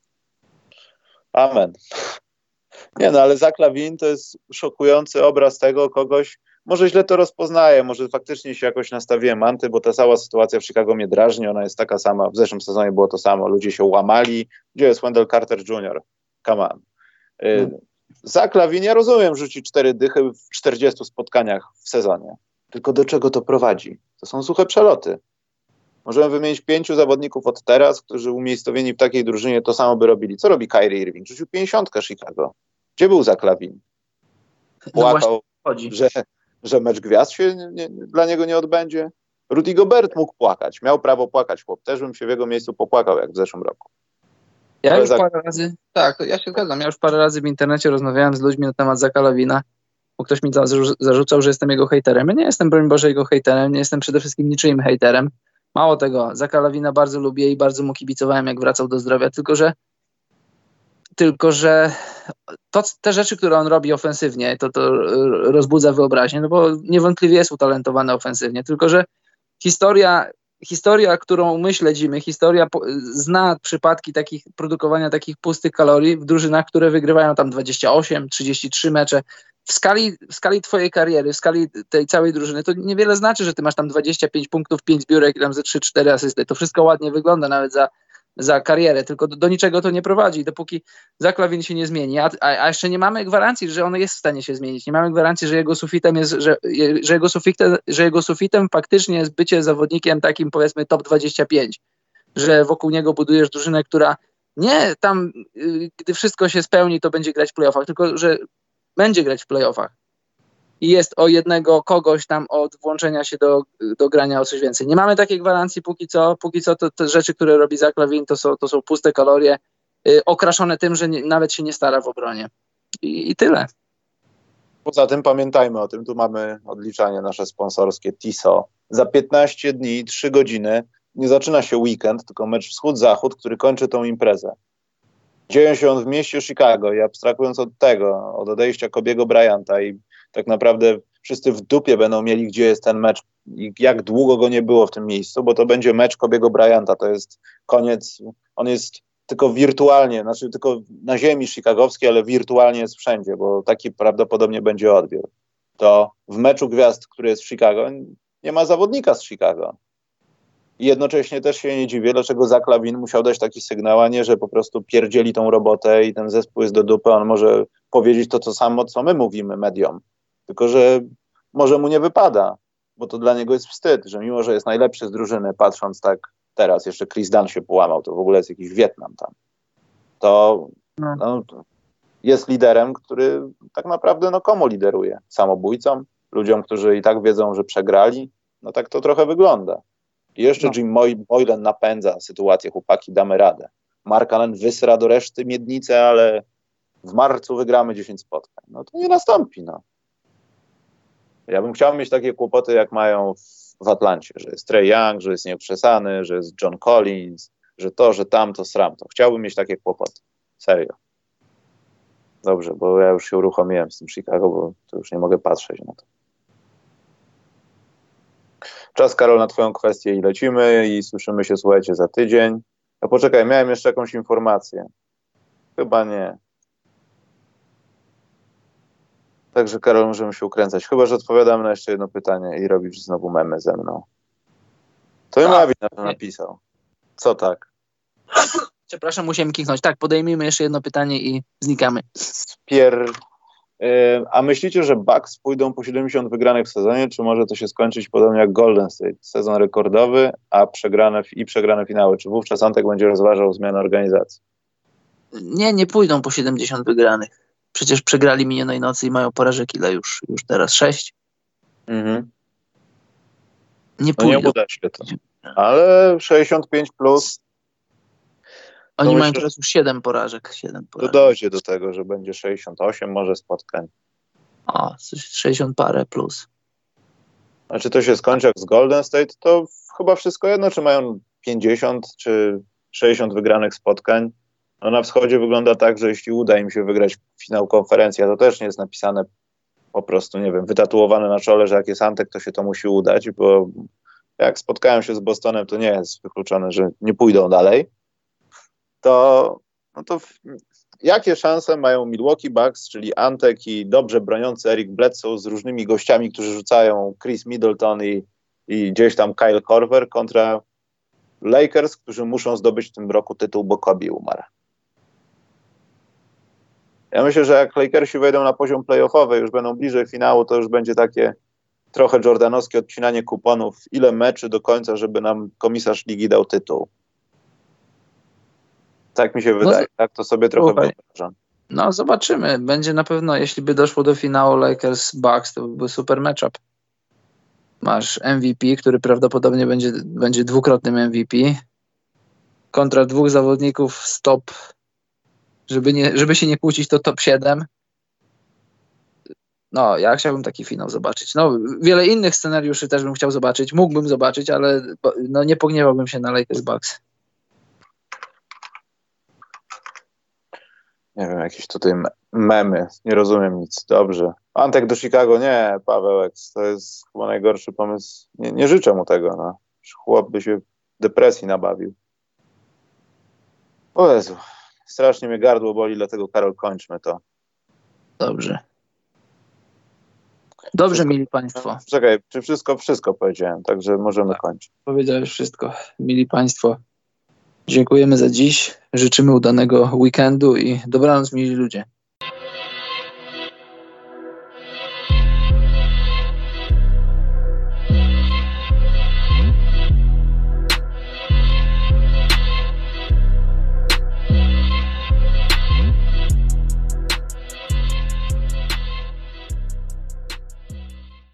Amen. Nie no, ale Zach Lavine to jest szokujący obraz tego kogoś, może źle to rozpoznaję, może faktycznie się jakoś nastawiłem anty, bo ta cała sytuacja w Chicago mnie drażni, ona jest taka sama, w zeszłym sezonie było to samo, ludzie się łamali, gdzie jest Wendell Carter junior? Come on. Hmm. Zach Lavine, ja rozumiem, rzuci cztery dychy w czterdziestu spotkaniach w sezonie, tylko do czego to prowadzi? To są suche przeloty. Możemy wymienić pięciu zawodników od teraz, którzy umiejscowieni w takiej drużynie to samo by robili. Co robi Kyrie Irving? Rzucił pięćdziesiątkę Chicago. Gdzie był Zach Lavine? Płakał, no że, że mecz gwiazd się nie, nie, dla niego nie odbędzie. Rudy Gobert mógł płakać. Miał prawo płakać, chłop. Też bym się w jego miejscu popłakał, jak w zeszłym roku. Ja już parę razy, tak, ja się zgadzam. Ja już parę razy w internecie rozmawiałem z ludźmi na temat Zacha Lavina, bo ktoś mi zarzucał, że jestem jego hejterem. Ja nie jestem, broń Boże, jego hejterem, nie jestem przede wszystkim niczyim hejterem. Mało tego, Zacha Lavina bardzo lubię i bardzo mu kibicowałem, jak wracał do zdrowia, tylko że tylko że to, te rzeczy, które on robi ofensywnie, to, to rozbudza wyobraźnię, no bo niewątpliwie jest utalentowany ofensywnie, tylko że historia, historia, którą my śledzimy, historia zna przypadki takich produkowania takich pustych kalorii w drużynach, które wygrywają tam dwadzieścia osiem, trzydzieści trzy mecze. W skali, w skali twojej kariery, w skali tej całej drużyny, to niewiele znaczy, że ty masz tam dwadzieścia pięć punktów, pięć zbiórek i tam ze trzy cztery asysty. To wszystko ładnie wygląda nawet za, za karierę, tylko do, do niczego to nie prowadzi, dopóki Zach Lavine się nie zmieni. A, a jeszcze nie mamy gwarancji, że on jest w stanie się zmienić. Nie mamy gwarancji, że jego sufitem jest, że, że, jego, sufitem, że jego sufitem faktycznie jest bycie zawodnikiem takim, powiedzmy, top dwadzieścia pięć. Że wokół niego budujesz drużynę, która nie tam, gdy wszystko się spełni, to będzie grać w playoffach, tylko że będzie grać w playoffach i jest o jednego kogoś tam od włączenia się do, do grania o coś więcej. Nie mamy takiej gwarancji póki co. Póki co to te rzeczy, które robi Zach Lavine, to są, to są puste kalorie, yy, okraszone tym, że nie, nawet się nie stara w obronie. I, I tyle. Poza tym pamiętajmy o tym, tu mamy odliczanie nasze sponsorskie T I S O. Za piętnaście dni, trzy godziny nie zaczyna się weekend, tylko mecz wschód-zachód, który kończy tą imprezę. Dzieje się on w mieście Chicago i abstrahując od tego, od odejścia Kobiego Bryanta i tak naprawdę wszyscy w dupie będą mieli, gdzie jest ten mecz i jak długo go nie było w tym miejscu, bo to będzie mecz Kobiego Bryanta, to jest koniec, on jest tylko wirtualnie, znaczy tylko na ziemi chicagowskiej, ale wirtualnie jest wszędzie, bo taki prawdopodobnie będzie odbiór. To w meczu gwiazd, który jest w Chicago, nie ma zawodnika z Chicago. I jednocześnie też się nie dziwię, dlaczego Zach Lavine musiał dać taki sygnał, a nie, że po prostu pierdzieli tą robotę i ten zespół jest do dupy, on może powiedzieć to, co samo, co my mówimy mediom. Tylko, że może mu nie wypada, bo to dla niego jest wstyd, że mimo, że jest najlepszy z drużyny, patrząc tak teraz, jeszcze Chris Dunn się połamał, to w ogóle jest jakiś Wietnam tam, to no, jest liderem, który tak naprawdę no komu lideruje? Samobójcom? Ludziom, którzy i tak wiedzą, że przegrali? No tak to trochę wygląda. I jeszcze no. Jim Boylan napędza sytuację, chłopaki, damy radę. Mark Allen wysra do reszty miednicę, ale w marcu wygramy dziesięć spotkań. No to nie nastąpi, no. Ja bym chciał mieć takie kłopoty, jak mają w, w Atlancie, że jest Trae Young, że jest niekrzesany, że jest John Collins, że to, że tamto, sramto. Chciałbym mieć takie kłopoty. Serio. Dobrze, bo ja już się uruchomiłem z tym Chicago, bo to już nie mogę patrzeć na to. Czas, Karol, na twoją kwestię i lecimy i słyszymy się, słuchajcie, za tydzień. No poczekaj, miałem jeszcze jakąś informację. Chyba nie. Także, Karol, możemy się ukręcać. Chyba że odpowiadam na jeszcze jedno pytanie i robisz znowu memy ze mną. To ja na to napisał. Co tak? Przepraszam, musiałem kliknąć. Tak, podejmijmy jeszcze jedno pytanie i znikamy. Spier... A myślicie, że Bucks pójdą po siedemdziesiąt wygranych w sezonie, czy może to się skończyć podobnie jak Golden State? Sezon rekordowy, a przegrane i przegrane finały. Czy wówczas Antek będzie rozważał zmianę organizacji? Nie, nie pójdą po siedemdziesiąt wygranych. Przecież przegrali minionej nocy i mają porażek ile już? Już teraz? Sześć? Mhm. Nie no pójdą. nie uda się to. Ale sześćdziesiąt pięć plus. Oni mają myślę, teraz już siedem porażek. siedem porażek. To dojdzie do tego, że będzie sześćdziesiąt osiem może spotkań. O, sześćdziesiąt parę plus. A czy to się skończy jak z Golden State, to chyba wszystko jedno, czy mają pięćdziesiąt czy sześćdziesiąt wygranych spotkań. No na wschodzie wygląda tak, że jeśli uda im się wygrać finał konferencji, a to też nie jest napisane po prostu, nie wiem, wytatuowane na czole, że jak jest Antek, to się to musi udać, bo jak spotkają się z Bostonem, to nie jest wykluczone, że nie pójdą dalej. To, no to w, jakie szanse mają Milwaukee Bucks, czyli Antek i dobrze broniący Eric Bledsoe z różnymi gościami, którzy rzucają Chris Middleton i, i gdzieś tam Kyle Korver kontra Lakers, którzy muszą zdobyć w tym roku tytuł, bo Kobe umarł. Ja myślę, że jak Lakersi wejdą na poziom playoffowy, już będą bliżej finału, to już będzie takie trochę jordanowskie odcinanie kuponów. Ile meczy do końca, żeby nam komisarz ligi dał tytuł. Tak mi się wydaje. No, tak to sobie trochę słuchaj, wyobrażam. No zobaczymy. Będzie na pewno, jeśli by doszło do finału Lakers-Bucks, to byłby super matchup. Masz M V P, który prawdopodobnie będzie, będzie dwukrotnym M V P kontra dwóch zawodników z top, żeby, nie, żeby się nie kłócić, to top siedem. No, ja chciałbym taki finał zobaczyć. No, wiele innych scenariuszy też bym chciał zobaczyć. Mógłbym zobaczyć, ale no, nie pogniewałbym się na Lakers-Bucks. Nie wiem, jakieś tutaj memy. Nie rozumiem nic. Dobrze. Antek do Chicago? Nie, Pawełek. To jest chyba najgorszy pomysł. Nie, nie życzę mu tego. No. Chłop by się w depresji nabawił. O Jezu. Strasznie mnie gardło boli, dlatego Karol, kończmy to. Dobrze. Dobrze, wszystko, mili państwo. Czekaj, czy wszystko, wszystko powiedziałem, także możemy tak, kończyć. Powiedziałeś wszystko. Mili państwo, dziękujemy za dziś. Życzymy udanego weekendu i dobranoc, mili ludzie.